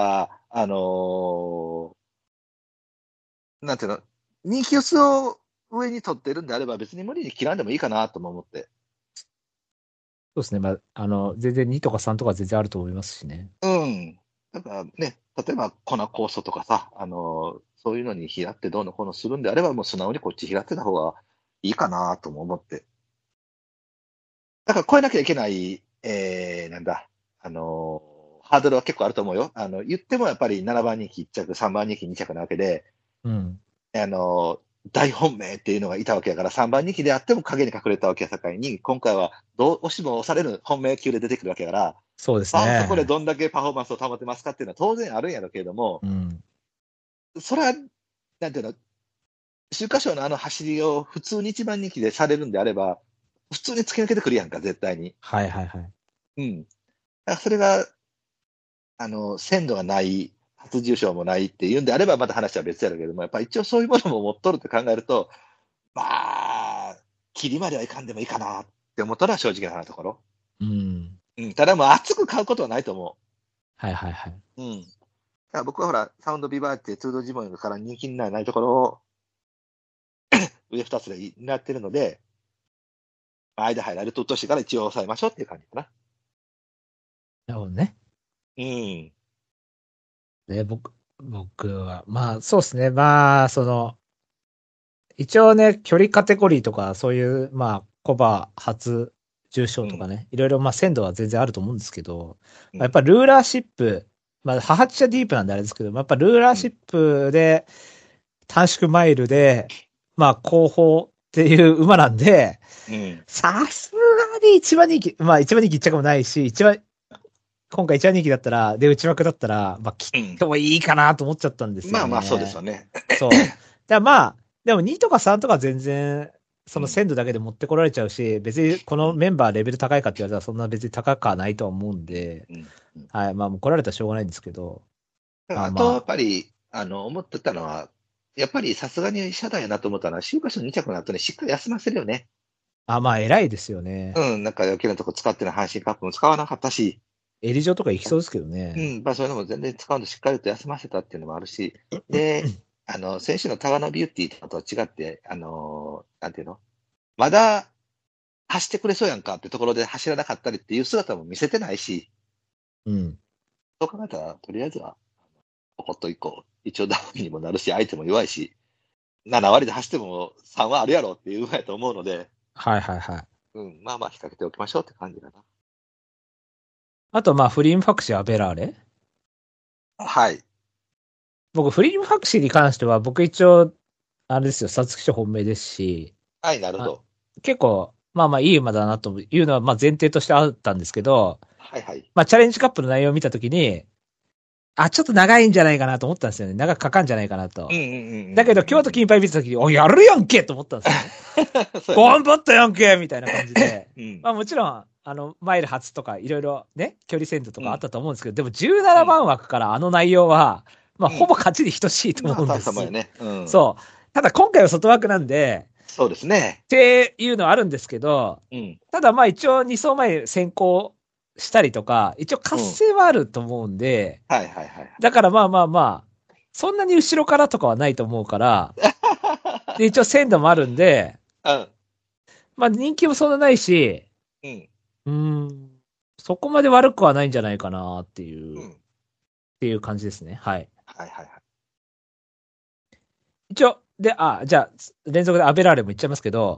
あのーなんていうの、人気薄を上に取ってるんであれば、別に無理に切らんでもいいかなとも思って。 そうですね。まあ、あの、全然にとかさんとか全然あると思いますしね。 うん。だからね、例えば粉酵素とかさ、あのーそういうのに拾ってどうのこうのするんであれば、もう素直にこっち拾ってた方がいいかなとも思って。だから超えなきゃいけない、えー、なんだ、あのーハードルは結構あると思うよ。あの、言ってもやっぱりななばん人気いっ着、さんばん人気に着なわけで、 うん。 あの、大本命っていうのがいたわけやから、さんばん人気であっても影に隠れたわけやさかいに、今回はどう押しも押される本命級で出てくるわけやから、 そうですさあ、そこでね。 どんだけパフォーマンスを保てますかっていうのは当然あるんやろうけれども、 うん。 それは、なんていうの、秋華賞のあの走りを普通にいちばん人気でされるんであれば、普通に突き抜けてくるやんか、絶対に。 はいはいはい。 うん。だからそれが、あの、鮮度がない、初重賞もないっていうんであれば、また話は別やろうけども、やっぱ一応そういうものも持っとるって考えると、まあ、切りまではいかんでもいいかなって思ったのは正直なところ。 うん。 うん、ただもう熱く買うことはないと思はいはいはい。 う。うん。だから僕はほら、サウンドビバーってツードジモンから人気にならないところを上二つで狙ってるので、間入られるとうとしてから一応抑えましょうっていう感じかな。 なるほどね。 うん。 で、僕、僕は、まあ、そうですね。まあ、その、一応ね、距離カテゴリーとか、そういう、まあ、コバ初重賞うん。 とかね、いろいろ、まあ、鮮度は全然あると思うんですけど、 うん。 まあやっぱルーラーシップ、まあ、母ちゃディープなんであれですけど、まあ、やっぱルーラーうん。 シップで、短縮マイルで、まあ、後方っていう馬なんで、 うん。 さすがに一番人気、まあ、一番人気一着もないし、一番、今回一番人気だったら、で、内枠だったら、まあ、切うん。 ってもいいかなと思っちゃったんですよまあまあ、そうですよね。 ね。 そう。だからまあ、でもにとかさんとか全然、そのうん。 鮮度だけで持ってこられちゃうし、別にこうん。 のメンバーレベル高いかって言われたらそんな別に高くはないとは思うんうん。 で、 うん。うん。 はい。まあもう来られたらしょうがないんですけど、まああと、やっまぱり、あの、思ってたのは、やっぱりさすがに社内やなと思ったのは、週刊誌のに着の後にしっかり休ませるよね。 あ、あまあ偉いですよね。 うん、なんか余計なとこ使ってない阪神カップも使わなかったし、 エリジョとか行きそうですけどね。 うん、まあそういうのも全然使うのしっかりと休ませたっていうのもあるし、で、あの、選手のタガノビューティーとは違って、あのーなんていうのまだ走ってくれそうやんかってところで走らなかったりっていう姿も見せてないし、 うん。 そう考えたら、とりあえずは、ポコッといこう。一応ダウンにもなるし、相手も弱いし、なな割で走ってもさんはあるやろっていう馬やと思うので、 はいはいはい。 うん、まあまあ、仕掛けておきましょうって感じだな。 あとまあフリームファクシーはベラーレ。 はい。 僕フリームファクシーに関しては僕一応、あれですよ、皐月賞本命ですし、 はい、なるほあど。 結構、まあまあいい馬だなというのはまあ前提としてあったんですけど、 はいはい。 まあチャレンジカップの内容を見たときに、あ、ちょっと長いんじゃないかなと思ったんですよね。長くかかんじゃないかなと。 うんうんうんうんだけど、京都うんうん。 金杯見たときに、お、やるやんけと思ったんですよね。 そうやな。 頑張ったやんけみたいな感じで。 うん。 まあもちろん、あの、マイル初とか、いろいろね、距離戦度とうん。 かあったと思うんですけど、でもじゅうななうん。 ばん枠からあの内容は、まあうん。 ほぼ勝ちに等しいとまあ、 思うん大です。 したもんやね。うん。 そう。ただ今回は外枠なんで、 そうですね。 っていうのはあるんですけど、 うん。 ただまあ一応に走前先行したりとか、一応活うん。 性はあると思うんで、 はいはいはい。 だからまあまあまあ、そんなに後ろからとかはないと思うから、で、一応鮮度もあるんで、 うん。 まあ人気もそんなないし、 うん。 うーん、そこまで悪くはないんじゃないかなっていう、っうん。 ていう感じですね。はい。 はいはいはい。 一応、で、あ、じゃあ、連続でアベラーレも言っちゃいますけど、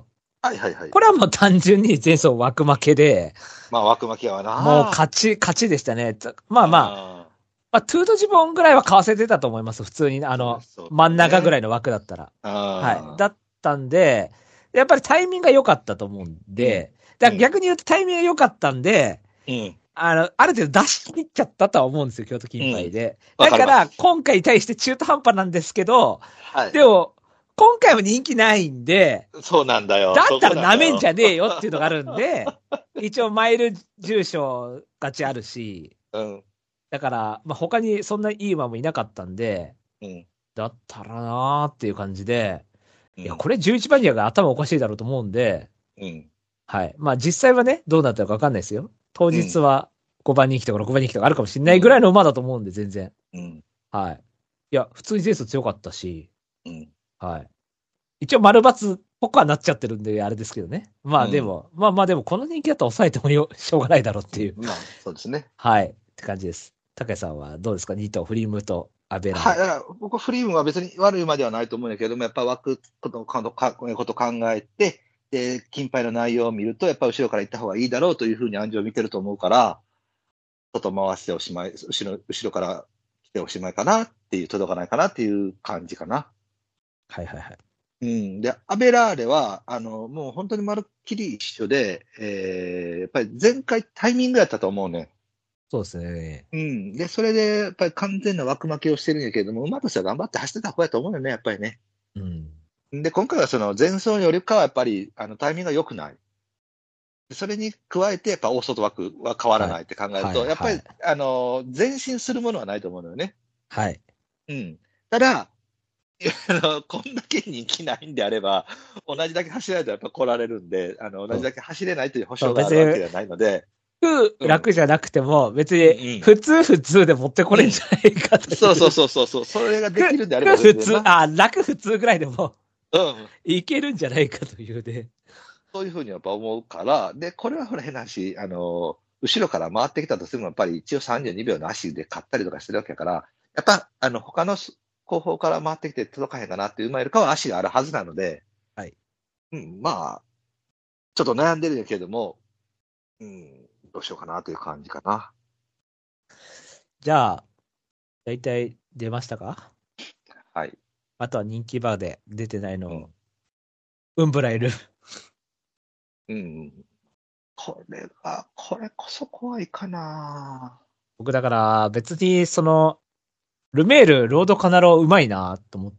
はいはいはい。 これはもう単純に前走枠負けで、 まあ枠負けはな。 もう勝ち、勝ちでしたね。まあまあ、 あまあ、トゥードジボンぐらいは買わせてたと思います。普通に、あの、 そうそう真ん中ぐらいの枠だったら。はい。 あだったんで、やっぱりタイミングが良かったと思うんで、だから逆に言うとタイミングが良かったんで、 うん。 あの、ある程度出し切っちゃったとは思うんですよ、京都金杯で。 うん、 だから、 か今回に対して中途半端なんですけど、 はい。 でも、今回は人気ないんで、 そうなんだよ。 だったら舐めんじゃねえよ。 よっていうのがあるんで、一応マイル重賞勝ちあるし、 うん。 だから、まあ、他にそんないい馬もいなかったんで、 うん。 だったらなーっていう感じで、 うん。 いや、これじゅういちばんニアが頭おかしいだろうと思うんで、 うん。 はい。まあ実際はね、どうなったのかわかんないですよ。当日はごばん人気とかろくばん人気とかあるかもしれないぐらいの馬だと思うんで、全然。 うん。 はい。いや、普通に前走強かったし、 うん。 はい。一応丸抜っぽくはなっちゃってるんで、あれですけどね。まあでも、うん、まあまあでも、この人気だと抑えてもよしょうがないだろうっていう。 まあ、そうですね。 はい。って感じです。高橋さんはどうですか？に頭、フリームとアベラー。 はい。だから僕はフリームは別に悪い馬ではないと思うんだけども、やっぱ枠ことことこと考えて、で、金牌の内容を見ると、やっぱ後ろから行った方がいいだろうというふうに暗示を見てると思うから、外回しておしまい、後ろ、後ろから来ておしまいかなっていう、届かないかなっていう感じかな。 はいはいはい。 うん。で、アベラーレは、あの、もう本当にまるっきり一緒で、えー、やっぱり前回タイミングやったと思うね。 そうですね。 うん。で、それで、やっぱり完全な枠負けをしてるんやけれども、馬としては頑張って走ってた方やと思うよね、やっぱりね。 うん。 で、今回はその前走よりかはやっぱり、あの、タイミングが良くない。それに加えて、やっぱ大外枠は変わらないって考えると、 はい、 やっぱり、 はい、 あの、前進するものはないと思うのよね。 はい。 うん。ただ、いやあの、こんだけ人気ないんであれば、同じだけ走らないとやっぱ来られるんで、あの、同じだけ走れないという保証があるわけではないので。 楽、楽じゃなくても、別に、 うんうん、 普通普通で持ってこれんじゃないかという、うん。 そうそうそうそうそう。それができるんであれば普通、あ、楽普通ぐらいでも、 うん。 いけるんじゃないかというね。 そういうふうにやっぱ思うから、で、これはほら変な話、あの、後ろから回ってきたとしても、やっぱり一応さんじゅうにびょうの足で勝ったりとかしてるわけだから、やっぱ、あの、他の後方から回ってきて届かへんかなっていう馬よりかは足があるはずなので、 はい。 うん、まあ、ちょっと悩んでるんやけれども、うん、どうしようかなという感じかな。 じゃあ、大体出ましたか？ はい。 あとは人気バーで出てないの、 うん、 ウンブラいる。 うん。これが、これこそ怖いかな。 僕だから別にその、ルメール、ロードカナロうまいなと思って、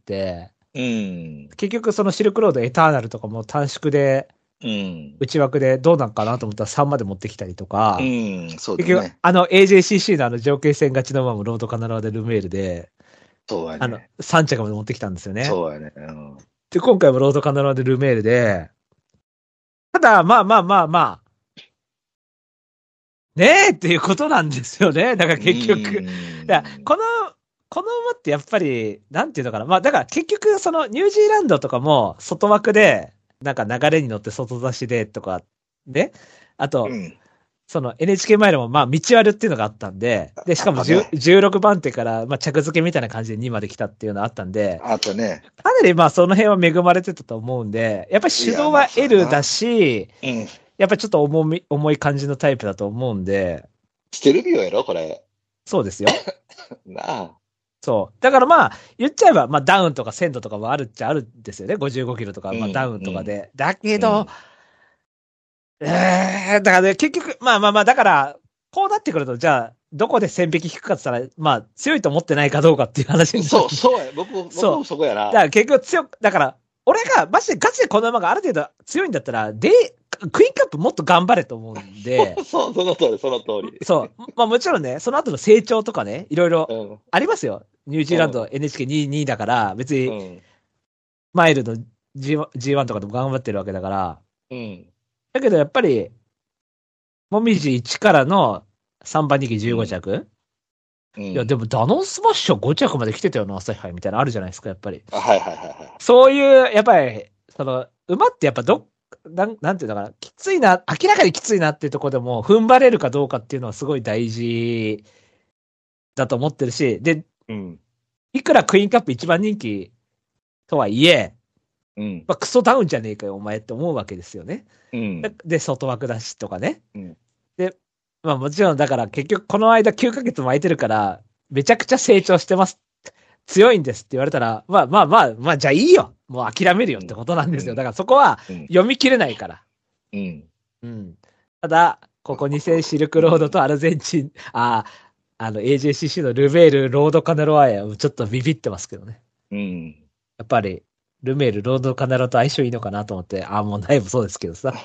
うん。 結局そのシルクロードエターナルとかも短縮で、 うん。 内枠でどうなんかなと思ったらさんまで持ってきたりとか、 うん、そうだ結局ね。 あの エージェーシーシー のあの条件戦勝ちの馬もロードカナロでルメールで、 そうやあのね。 さん着まで持ってきたんですよね。 そうやね。うん。 で、今回もロードカナロでルメールで、ただ、まあまあまあまあ、ねえっていうことなんですよね。だから結局。だからこの、この馬ってやっぱり、なんていうのかな。まあだから結局そのニュージーランドとかも外枠で、なんか流れに乗って外出しでとか、ね。あと、うん、その エヌエイチケー マイルもまあ道割るっていうのがあったんで、で、しかも、ね、じゅうろくばん手からまあ着付けみたいな感じでにまで来たっていうのがあったんで、 あとね。 かなりまあその辺は恵まれてたと思うんで、やっぱり主導は L だし、うん、やっぱりちょっと重み、重い感じのタイプだと思うんで。 ステルビオやろこれ。 そうですよ。 なあ。 そう。だからまあ、言っちゃえば、まあダウンとか鮮度とかもあるっちゃあるんですよね。ごじゅうごキロとか、まあダウンとかで。うん、だけど、うん、えー、だからね、結局、まあまあまあ、だから、こうなってくると、じゃあ、どこで線引き引くかって言ったら、まあ、強いと思ってないかどうかっていう話になる。 そう、そうや。僕、僕もそこやな。 だから結局強く、だから、俺が、マジでガチでこの馬がある程度強いんだったら、で、クイーンカップもっと頑張れと思うんで。 そう、その通り、その通り。 そう。まあもちろんね、その後の成長とかね、いろいろありますよ。うん、ニュージーランド エヌエイチケーにじゅうに だから、別に、マイルの ジーワン とかでも頑張ってるわけだから。 うん。 だけどやっぱり、もみじいちからのさんばん人気じゅうご着、うん、いや、でもダノンスマッシュはご着まで来てたよな、朝日杯みたいなのあるじゃないですか、やっぱり。 はいはいはいはい。 そういう、やっぱり、その、馬ってやっぱど、なん、なんていうのかな、きついな、明らかにきついなっていうところでも、踏ん張れるかどうかっていうのはすごい大事だと思ってるし、で、うん、いくらクイーンカップ一番人気とはいえ、 うん。 まあ、クソダウンじゃねえかよ、お前って思うわけですよね。 うん。 で、で外枠だしとかね。 うん。 で、まあもちろんだから結局この間きゅうかげつも空いてるから、めちゃくちゃ成長してます。強いんですって言われたら、まあまあまあ、まあじゃあいいよ。もう諦めるよってことなんですよ。 うんだからそこはうん。 読み切れないから。 うん。 うん。ただ、ここにせんシルクロードとアルゼンチン、ああ、あの エージェーシーシー のルベール、ロードカネロアエちょっとビビってますけどね。 うん。 やっぱり、ルメール、ロードカネロと相性いいのかなと思って、ああ、もうだいぶそうですけどさ。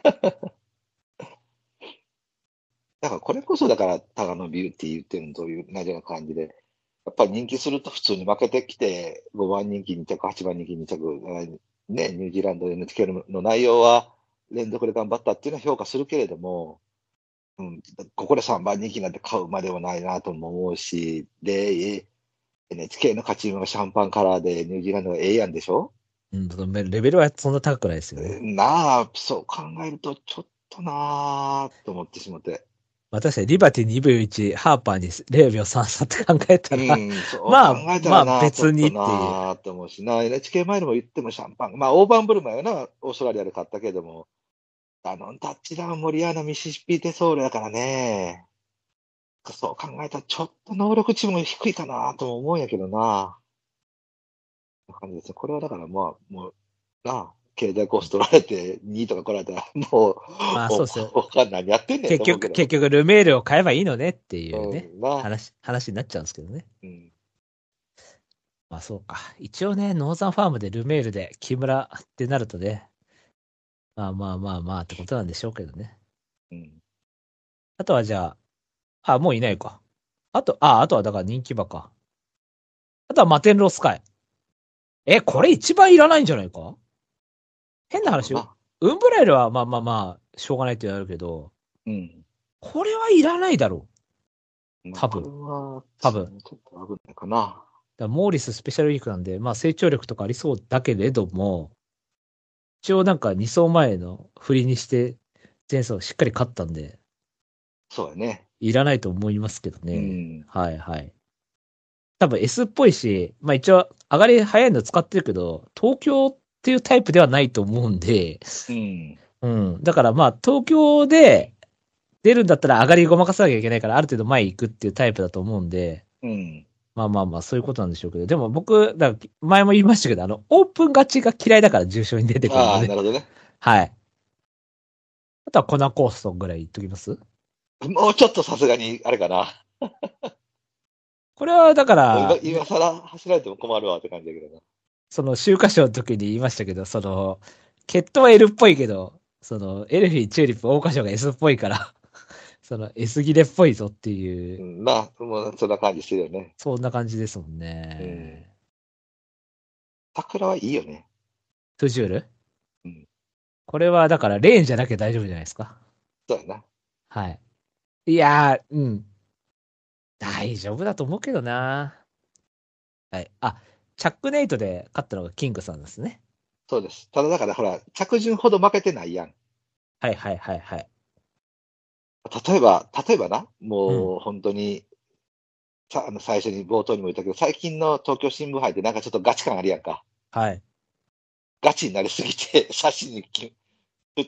だからこれこそだからタガノビューティー言ってるのという同じような感じで、やっぱり人気すると普通に負けてきて、ごばん人気に着、はちばん人気に着、ね、ニュージーランド エヌエイチケー の内容は連続で頑張ったっていうのは評価するけれども、うん、ここでさんばん人気なんて買うまではないなとも思うし、で、エヌエイチケー の勝ち馬がシャンパンカラーでニュージーランドがええやんでしょ。 うん、レベルはそんな高くないですよね。 なあ、そう考えるとちょっとなあと思ってしまって。 まあ確かにリバティにびょういち、ハーパーにれいびょうさんさって考えたら、 うん、そうまあ、 考えたまあらな、ちょっと別にっていう。 なと思うしな、エヌエイチケー 前でも言ってもシャンパン、まあ、オーバーブルマよな、オーストラリアで買ったけども、あの、タッチダウン、モリアーナ、ミシシッピテソールだからね、そう考えたらちょっと能力値も低いかなとも思うんやけどな、な感じですね。これはだからまあ、もう、なあ、経済コスト取られてにいとか来られたら、もう、 まあそうですよ。 お他何やってんねん結局、 と思うけど、 結局ルメールを買えばいいのねっていうね、 うん、な、 話、話になっちゃうんですけどね。 うん、 まあそうか。一応ね、ノーザンファームでルメールで木村ってなるとね、まあまあまあまあってことなんでしょうけどね。 うん。 あとはじゃあ、あ、もういないか。あと、あ、あとはだから人気馬か。あとはマテンロースカイ。え、これ一番いらないんじゃないか。変な話よ。 な、 ウンブライルはまあまあまあ、しょうがないってなるけど、 うん。 これはいらないだろう。 まあ、 多分。 これは、 多分。 ちょっと危ないかな。 だからモーリススペシャルウィークなんで、まあ成長力とかありそうだけれども、一応なんかに走前の振りにして、前走しっかり勝ったんで、 そうだね。 いらないと思いますけどうね。 ん。 はいはい。多分 S っぽいし、まあ一応上がり早いの使ってるけど、東京っていうタイプではないと思うんで、 うん。 うん。だからまあ東京で出るんだったら上がりごまかさなきゃいけないからある程度前行くっていうタイプだと思うんで、 うん。 まあまあまあそういうことなんでしょうけど、でも僕、だから前も言いましたけど、あの、オープン勝ちが嫌いだから重賞に出てくるああ、 ので、 なるほどね。 はい。あとはコナコーストぐらい言っときます。 もうちょっとさすがに、あれかな。 これはだかもう今、 ら、 今更走られても困るわって感じだけどな。 その、秋華賞の時に言いましたけど、その、血統は L っぽいけど、その、エルフィー、チューリップ、桜花賞が S っぽいから、その S 切れっぽいぞっていう、 うん、まあ、もうそんな感じしてるよね。 そんな感じですもんうん。 ね。 桜はいいよね。 トゥジュールうん。 これはだからレーンじゃなきゃ大丈夫じゃないですか。 そうやな。 はい。いやー、うん。大丈夫だと思うけどな。はい。あ、チャックネイトで勝ったのがキングさんですね。 そうです。ただだからほら、着順ほど負けてないやん。 はいはいはいはい。 例えば、例えばな、 うん。 もう本当に、さあの最初に冒頭にも言ったけど、最近の東京新聞杯ってなんかちょっとガチ感あるやんか。 はい。 ガチになりすぎて、写真にき振って、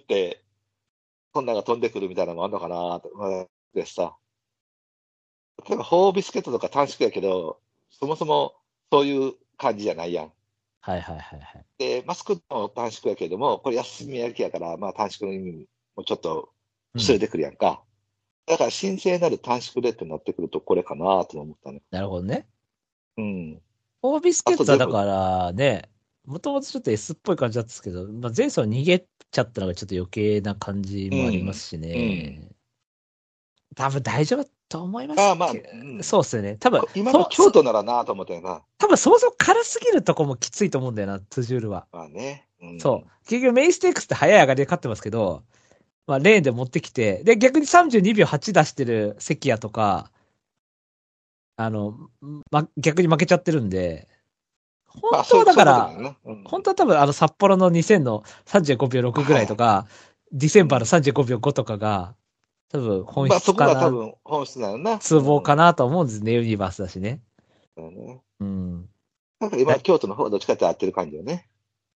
こんなのが飛んでくるみたいなのもあんのかなと思ってさ。例えば、ホービスケットとか短縮やけど、そもそもそういう感じじゃないやん。 はいはいはいはい。 で、マスクも短縮やけども、これ休み歩きやから、まあ短縮の意味もちょっと薄れうん。 てくるやんか。だから、神聖なる短縮でってなってくると、これかなと思ったね。 なるほどね。 うん。 オービスケあと全部、 ットはだからね、もともとちょっと S っぽい感じだったんですけど、まあ、前走逃げちゃったのがちょっと余計な感じもありまうん。 すしうん。 ね。多分大丈夫と思いまああ、まあ、うすけど、 ん。 そうっすよね。多分、 こ今のそ、そ、 京都ならなと思ったよな。 多分想像軽すぎるとこもきついと思うんだよな、トゥジュールは。 まあね。うそう。 ん。 結局メインステークスって早い上がりで勝ってますけど、まあレーンで持ってきて、で、逆にさんじゅうにびょうはち出してる関谷とか、あの、ま、逆に負けちゃってるんで、本まあ、 当はそういう、そういうことだだから、 よな。うん。 本当は多分あの札幌のにせんのさんじゅうごびょうろくぐらいとはい。 か、ディセンバーのうん。 さんじゅうごびょうごとかが、多分本まあ、そこ質かな、 が多分本質なのな。 ツうん。 ボかなと思うんですね、ユニバースだしね。 そうね。 うん。 なんか今、 だ京都の方がどっちかって合ってる感じよね。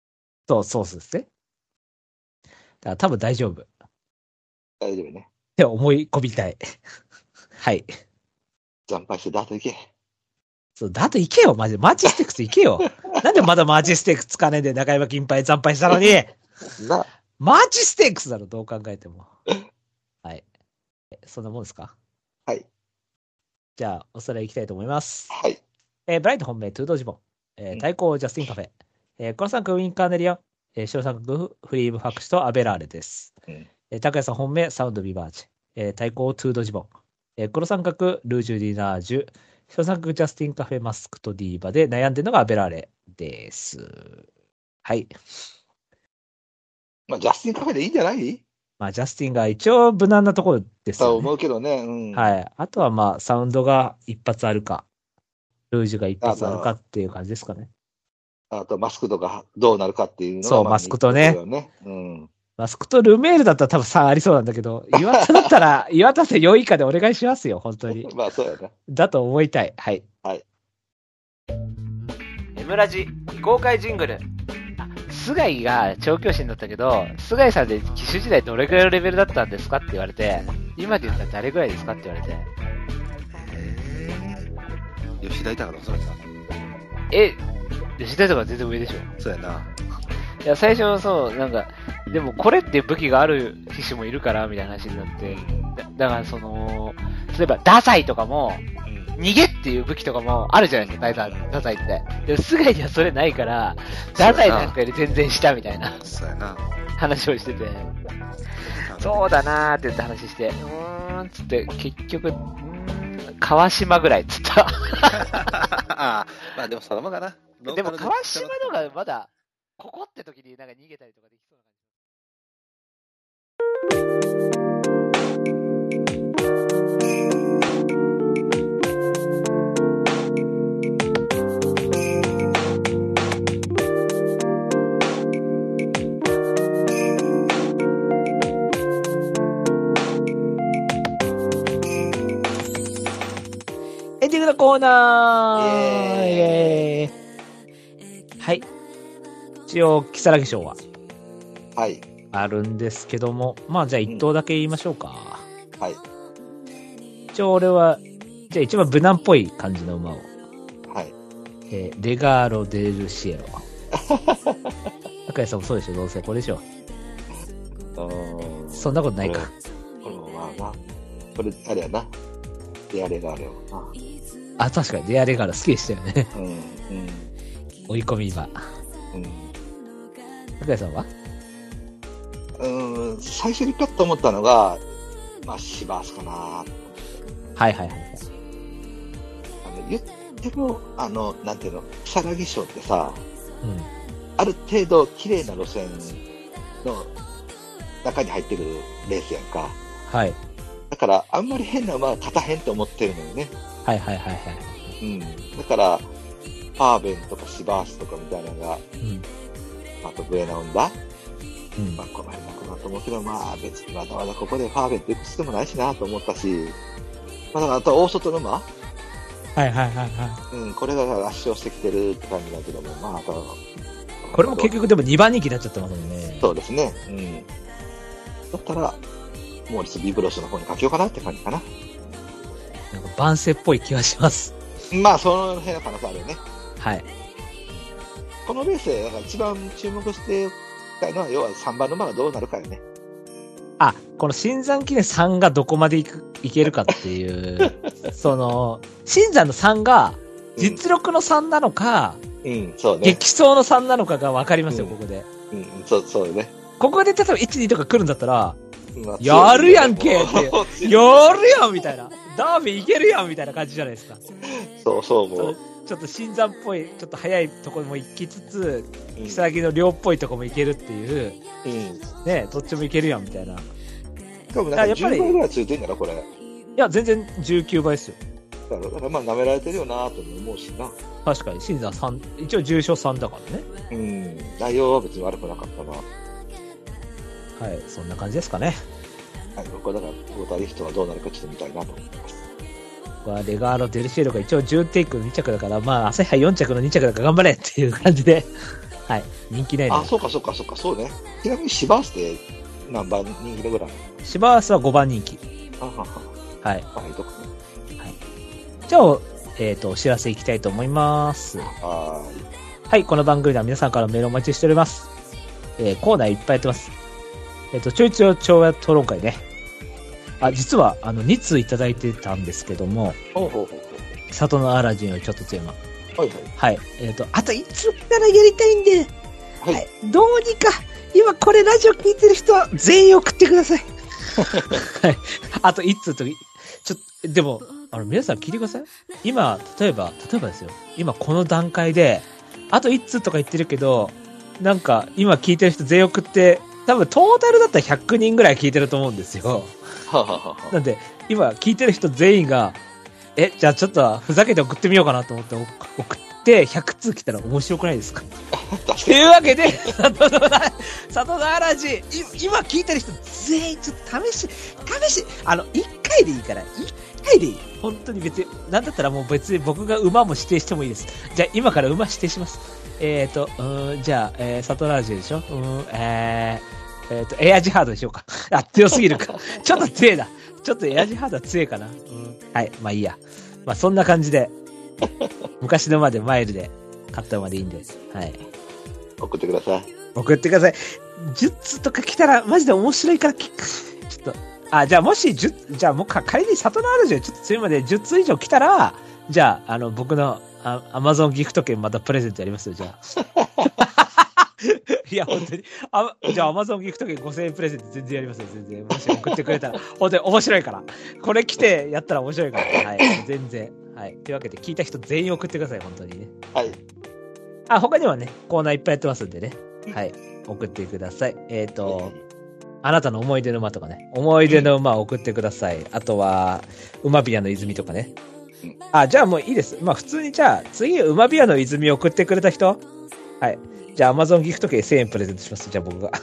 そう、そうですね。だから多分大丈夫。っ大丈夫ね。 て思い込みたい。はい。 惨敗してダート行け。 そう、だと行けよ、マジで。マーチステークス行けよ。なんでまだマーチステークスかねんで中山金杯惨敗したのに。 な。 マーチステークスだろ、どう考えても。はい。そんなもんですか？ はい。 じゃあ、おさらい行きたいと思います。 はい。 えー、ブライト本命、トゥードジボン。えー、対抗ジャスティンカフェ。えー、黒三角ウィンカーネリア。えー、白三角フリームファクシとアベラーレです。うん、えー、高谷さん本命、サウンドビバージ。えー、対抗トゥードジボン。えー、黒三角ルージュディナージュ。白三角ジャスティンカフェマスクとディーバで悩んでるのがアベラーレです。はい。 まあ、ジャスティンカフェでいいんじゃない？ まあ、ジャスティンが一応無難なところですよね。 と思うけどね。うん。 はい。あとはまあ、サウンドが一発あるか、ルージュが一発あるかっていう感じですかね。 あと、マスクとかどうなるかっていうのが、 そう、マスクとね。 ね、うん。 マスクとルメールだったら多分さんありそうなんだけど、岩田だったら、岩田でよんい以下でお願いしますよ、本当に。 まあ、そうやな。 だと思いたい。はい。 はい。 エムラジ未公開ジングル。菅井が調教師になったけど、菅井さんで騎手時代どれくらいのレベルだったんですかって言われて、今で言ったら誰くらいですかって言われて。 えー、吉田いたからそれさ。 え、吉田とか全然上でしょ。 そうやな。 いや、最初そう、なんか、でもこれって武器がある騎手もいるから、みたいな話になって、だ, だからその、例えば、ダサイとかも、逃げっていう武器とかもあるじゃないですか、ダサイって。でも、菅井にはそれないから、ダサイなんかより全然下みたいな。 そうやな。 話をしてて。そうだなーって言って話して、うーん、つって、結局、うーん、川島ぐらいっつった。 まあでもそのままかな。 でも川島のがまだ、ここって時になんか逃げたりとかできそうな感じ。エンディングのコーナー、イエーイ。はい。一応、如月賞は。 はい。 あるんですけども、まあじゃあ一頭だけ言いましょうか。 うん、はい。 一応俺は、じゃあ一番無難っぽい感じの馬を。 はい。 えー、レガーロ・デルシエロ。赤谷さんもそうでしょ、どうせこれでしょ。そんなことないか。 これもまあな。これ、あれやな。デアレガーレをな。 あ、確かにデアレガーレ好きでしたよね。うん。うん。追い込み馬。うん。赤谷さんはうーん、最初にパッと思ったのが、まあ、シバースかな。はいはいはい。 あの、言っても、あの、なんていうの、如月賞ってさ、うん、ある程度綺麗な路線の中に入ってるレースやんか。はい。だから、あんまり変な馬は立たへんと思ってるのよね。はいはいはいはい。うん。だから、パーベンとかシバースとかみたいなのが、うん、あとブエナウンダ、うん、まあ、この辺だかなと思うけど、まあ、別にわざわざここでファーベンっていくつでもないしなと思ったし、まあ、だからあと大外の馬、はいはいはいはい。うん、これが圧勝してきてるって感じだけども、まあ、あと、これも結局でもにばん人気になっちゃってますもんね。そうですね。うん。だったら、モーリス・ビブロスの方にかけようかなって感じかな。なんか万世っぽい気がします。まあ、その辺の可能性あるよね。はい。このレースで、だから一番注目してたいのは、要はさんばんの馬がどうなるかよね。あ、この新山記念さんがどこまでいく、いけるかっていう、その、新山のさんが実力のさんなのか、うん、うん、そうね。激走のさんなのかが分かりますよ、うん、ここで。うん、そう、そうね。ここで例えばいち、にとか来るんだったら、まあ、やるやんけって、やるやんみたいな。ダービーいけるやんみたいな感じじゃないですか。そうそうもう。ちょっと新山っぽい、ちょっと速いところも行きつつ、如月の量っぽいところも行けるっていう、うん、ね、どっちも行けるやんみたいな。多分なんかじゅうばいぐらいついてんだろ、これ。いや、全然じゅうきゅうばいですよ。だから、だからまあ舐められてるよなと思うしな。確かに、新山さん、一応重賞さんだからね。うん、内容は別に悪くなかったな。はい、そんな感じですかね。はい、僕はだから、ウォーターリフトはどうなるかちょっと見たいなと思います。僕はレガーロ・デルシエロが一応じゅうテイクに着だから、まあ、朝日杯よん着のに着だから頑張れっていう感じではい。人気ないのあ、そうかそうかそうか、そうね。ちなみにシバースって何番人気のぐらい？ シバースはごばん人気。 あはは。 はい。 あ、いいとこね。 はい。じゃあ、えっ、と、お知らせいきたいと思います。 ははい。この番組では皆さんからメールをお待ちしております。えー、コーナーいっぱいやってます。えっ、と、ちょいちょい調和討論会ね。あ、実は、あの、に通いただいてたんですけども、 ほうほうほうほう。 里のアラジンをちょっとテーマ。 はいはい。 はい。えっ、と、あといつからやりたいんで、 はい。 はい。どうにか、今これラジオ聞いてる人は全員送ってください。はい。あといつと、ちょっと、でも、あの、皆さん聞いてください。今、例えば、例えばですよ。今この段階で、あといつとか言ってるけど、なんか、今聞いてる人全員送って、多分トータルだったらひゃくにんぐらい聞いてると思うんですよ。 はははは。 なんで、今聞いてる人全員が、え、じゃあちょっとふざけて送ってみようかなと思って送ってひゃく通来たら面白くないですか？というわけで、里の里の嵐、今聞いてる人全員ちょっと試し、試し、あの、いっかいでいいから、いっかいでいい。本当に別に、なんだったらもう別に僕が馬も指定してもいいです。じゃあ今から馬指定します。えーと、うーん、じゃあ、えー、里の嵐でしょ？うーん、えー、えーと、エアジハードでしょうか？あ、強すぎるか。ちょっと強いな。ちょっとエアジハードは強いかな。うん、はい、まあいいや。まあそんな感じで、昔の馬でマイルで買った馬でいいんです。はい。 送ってください。 送ってください。じゅっ通とか来たらマジで面白いから、ちょっと、あ、じゃあもしじゅう、じゃあもう仮に里のあるじゃん、ちょっと強いまでじゅっ通以上来たら、じゃあ、あの、僕のあアマゾンギフト券またプレゼントやりますよ、じゃあ。いや、本当に。あ、じゃあ、アマゾンギフト券ごせんえんプレゼント全然やりますよ、全然。もし送ってくれたら。本当に面白いから。これ来てやったら面白いから。はい。全然。はい。というわけで、聞いた人全員送ってください、本当にね。 はい。 あ、他にはね、コーナーいっぱいやってますんでね。はい。送ってください。えっ、ー、と、あなたの思い出の馬とかね。思い出の馬を送ってください。あとは、馬ビアの泉とかね。あ、じゃあもういいです。まあ普通にじゃあ、次、馬ビアの泉を送ってくれた人？はい。じゃあ、アマゾンギフト券せんえんプレゼントします。じゃあ僕が。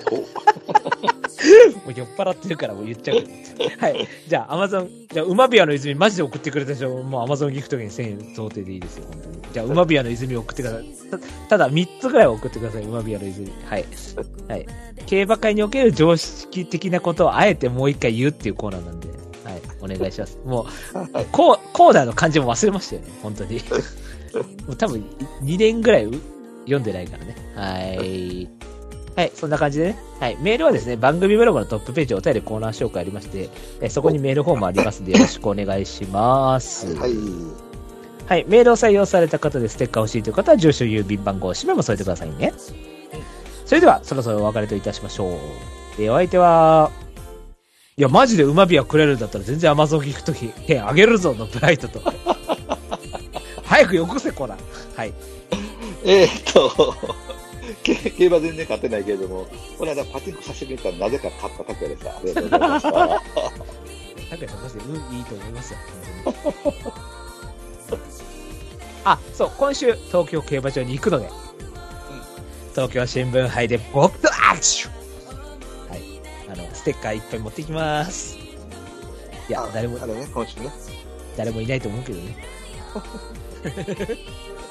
もう酔っ払ってるからもう言っちゃう。はい。じゃあ、アマゾン、じゃあ、馬ビアの泉マジで送ってくれた人、もうアマゾンギフト券せんえん想定でいいですよ、本当に。じゃあ、馬ビアの泉を送ってください。た, ただ、みっつぐらい送ってください、馬ビアの泉。はい。はい。競馬界における常識的なことをあえてもう一回言うっていうコーナーなんで、はい。お願いします。もう、コー、コーナーの漢字も忘れましたよね、本当に。もう多分、にねんぐらい読んでないからね。はい。はい、そんな感じでね。はい、メールはですね、番組ブログのトップページお便りコーナー紹介ありまして、えそこにメールフォームありますのでよろしくお願いします。 はい。 はい、メールを採用された方でステッカー欲しいという方は住所、郵便番号、氏名も添えてくださいね。それでは、そろそろお別れといたしましょう。えお相手は、いや、マジで馬ビアくれるんだったら全然 Amazon ギフト券あげるぞのブライトと。早くよこせ、こら。はい。 えー、っと、競馬全然勝てないけれども、この間パチンコさせてみたらなぜか勝った拓也でした。ありがとうございました。 拓也さんマジで運いいと思いますよ。あ、そう、今週東京競馬場に行くので、うん、東京新聞杯で僕と握手。はい、あのステッカーいっぱい持ってきます。いや、誰もあれね、今週ね、 誰もいないと思うけどね。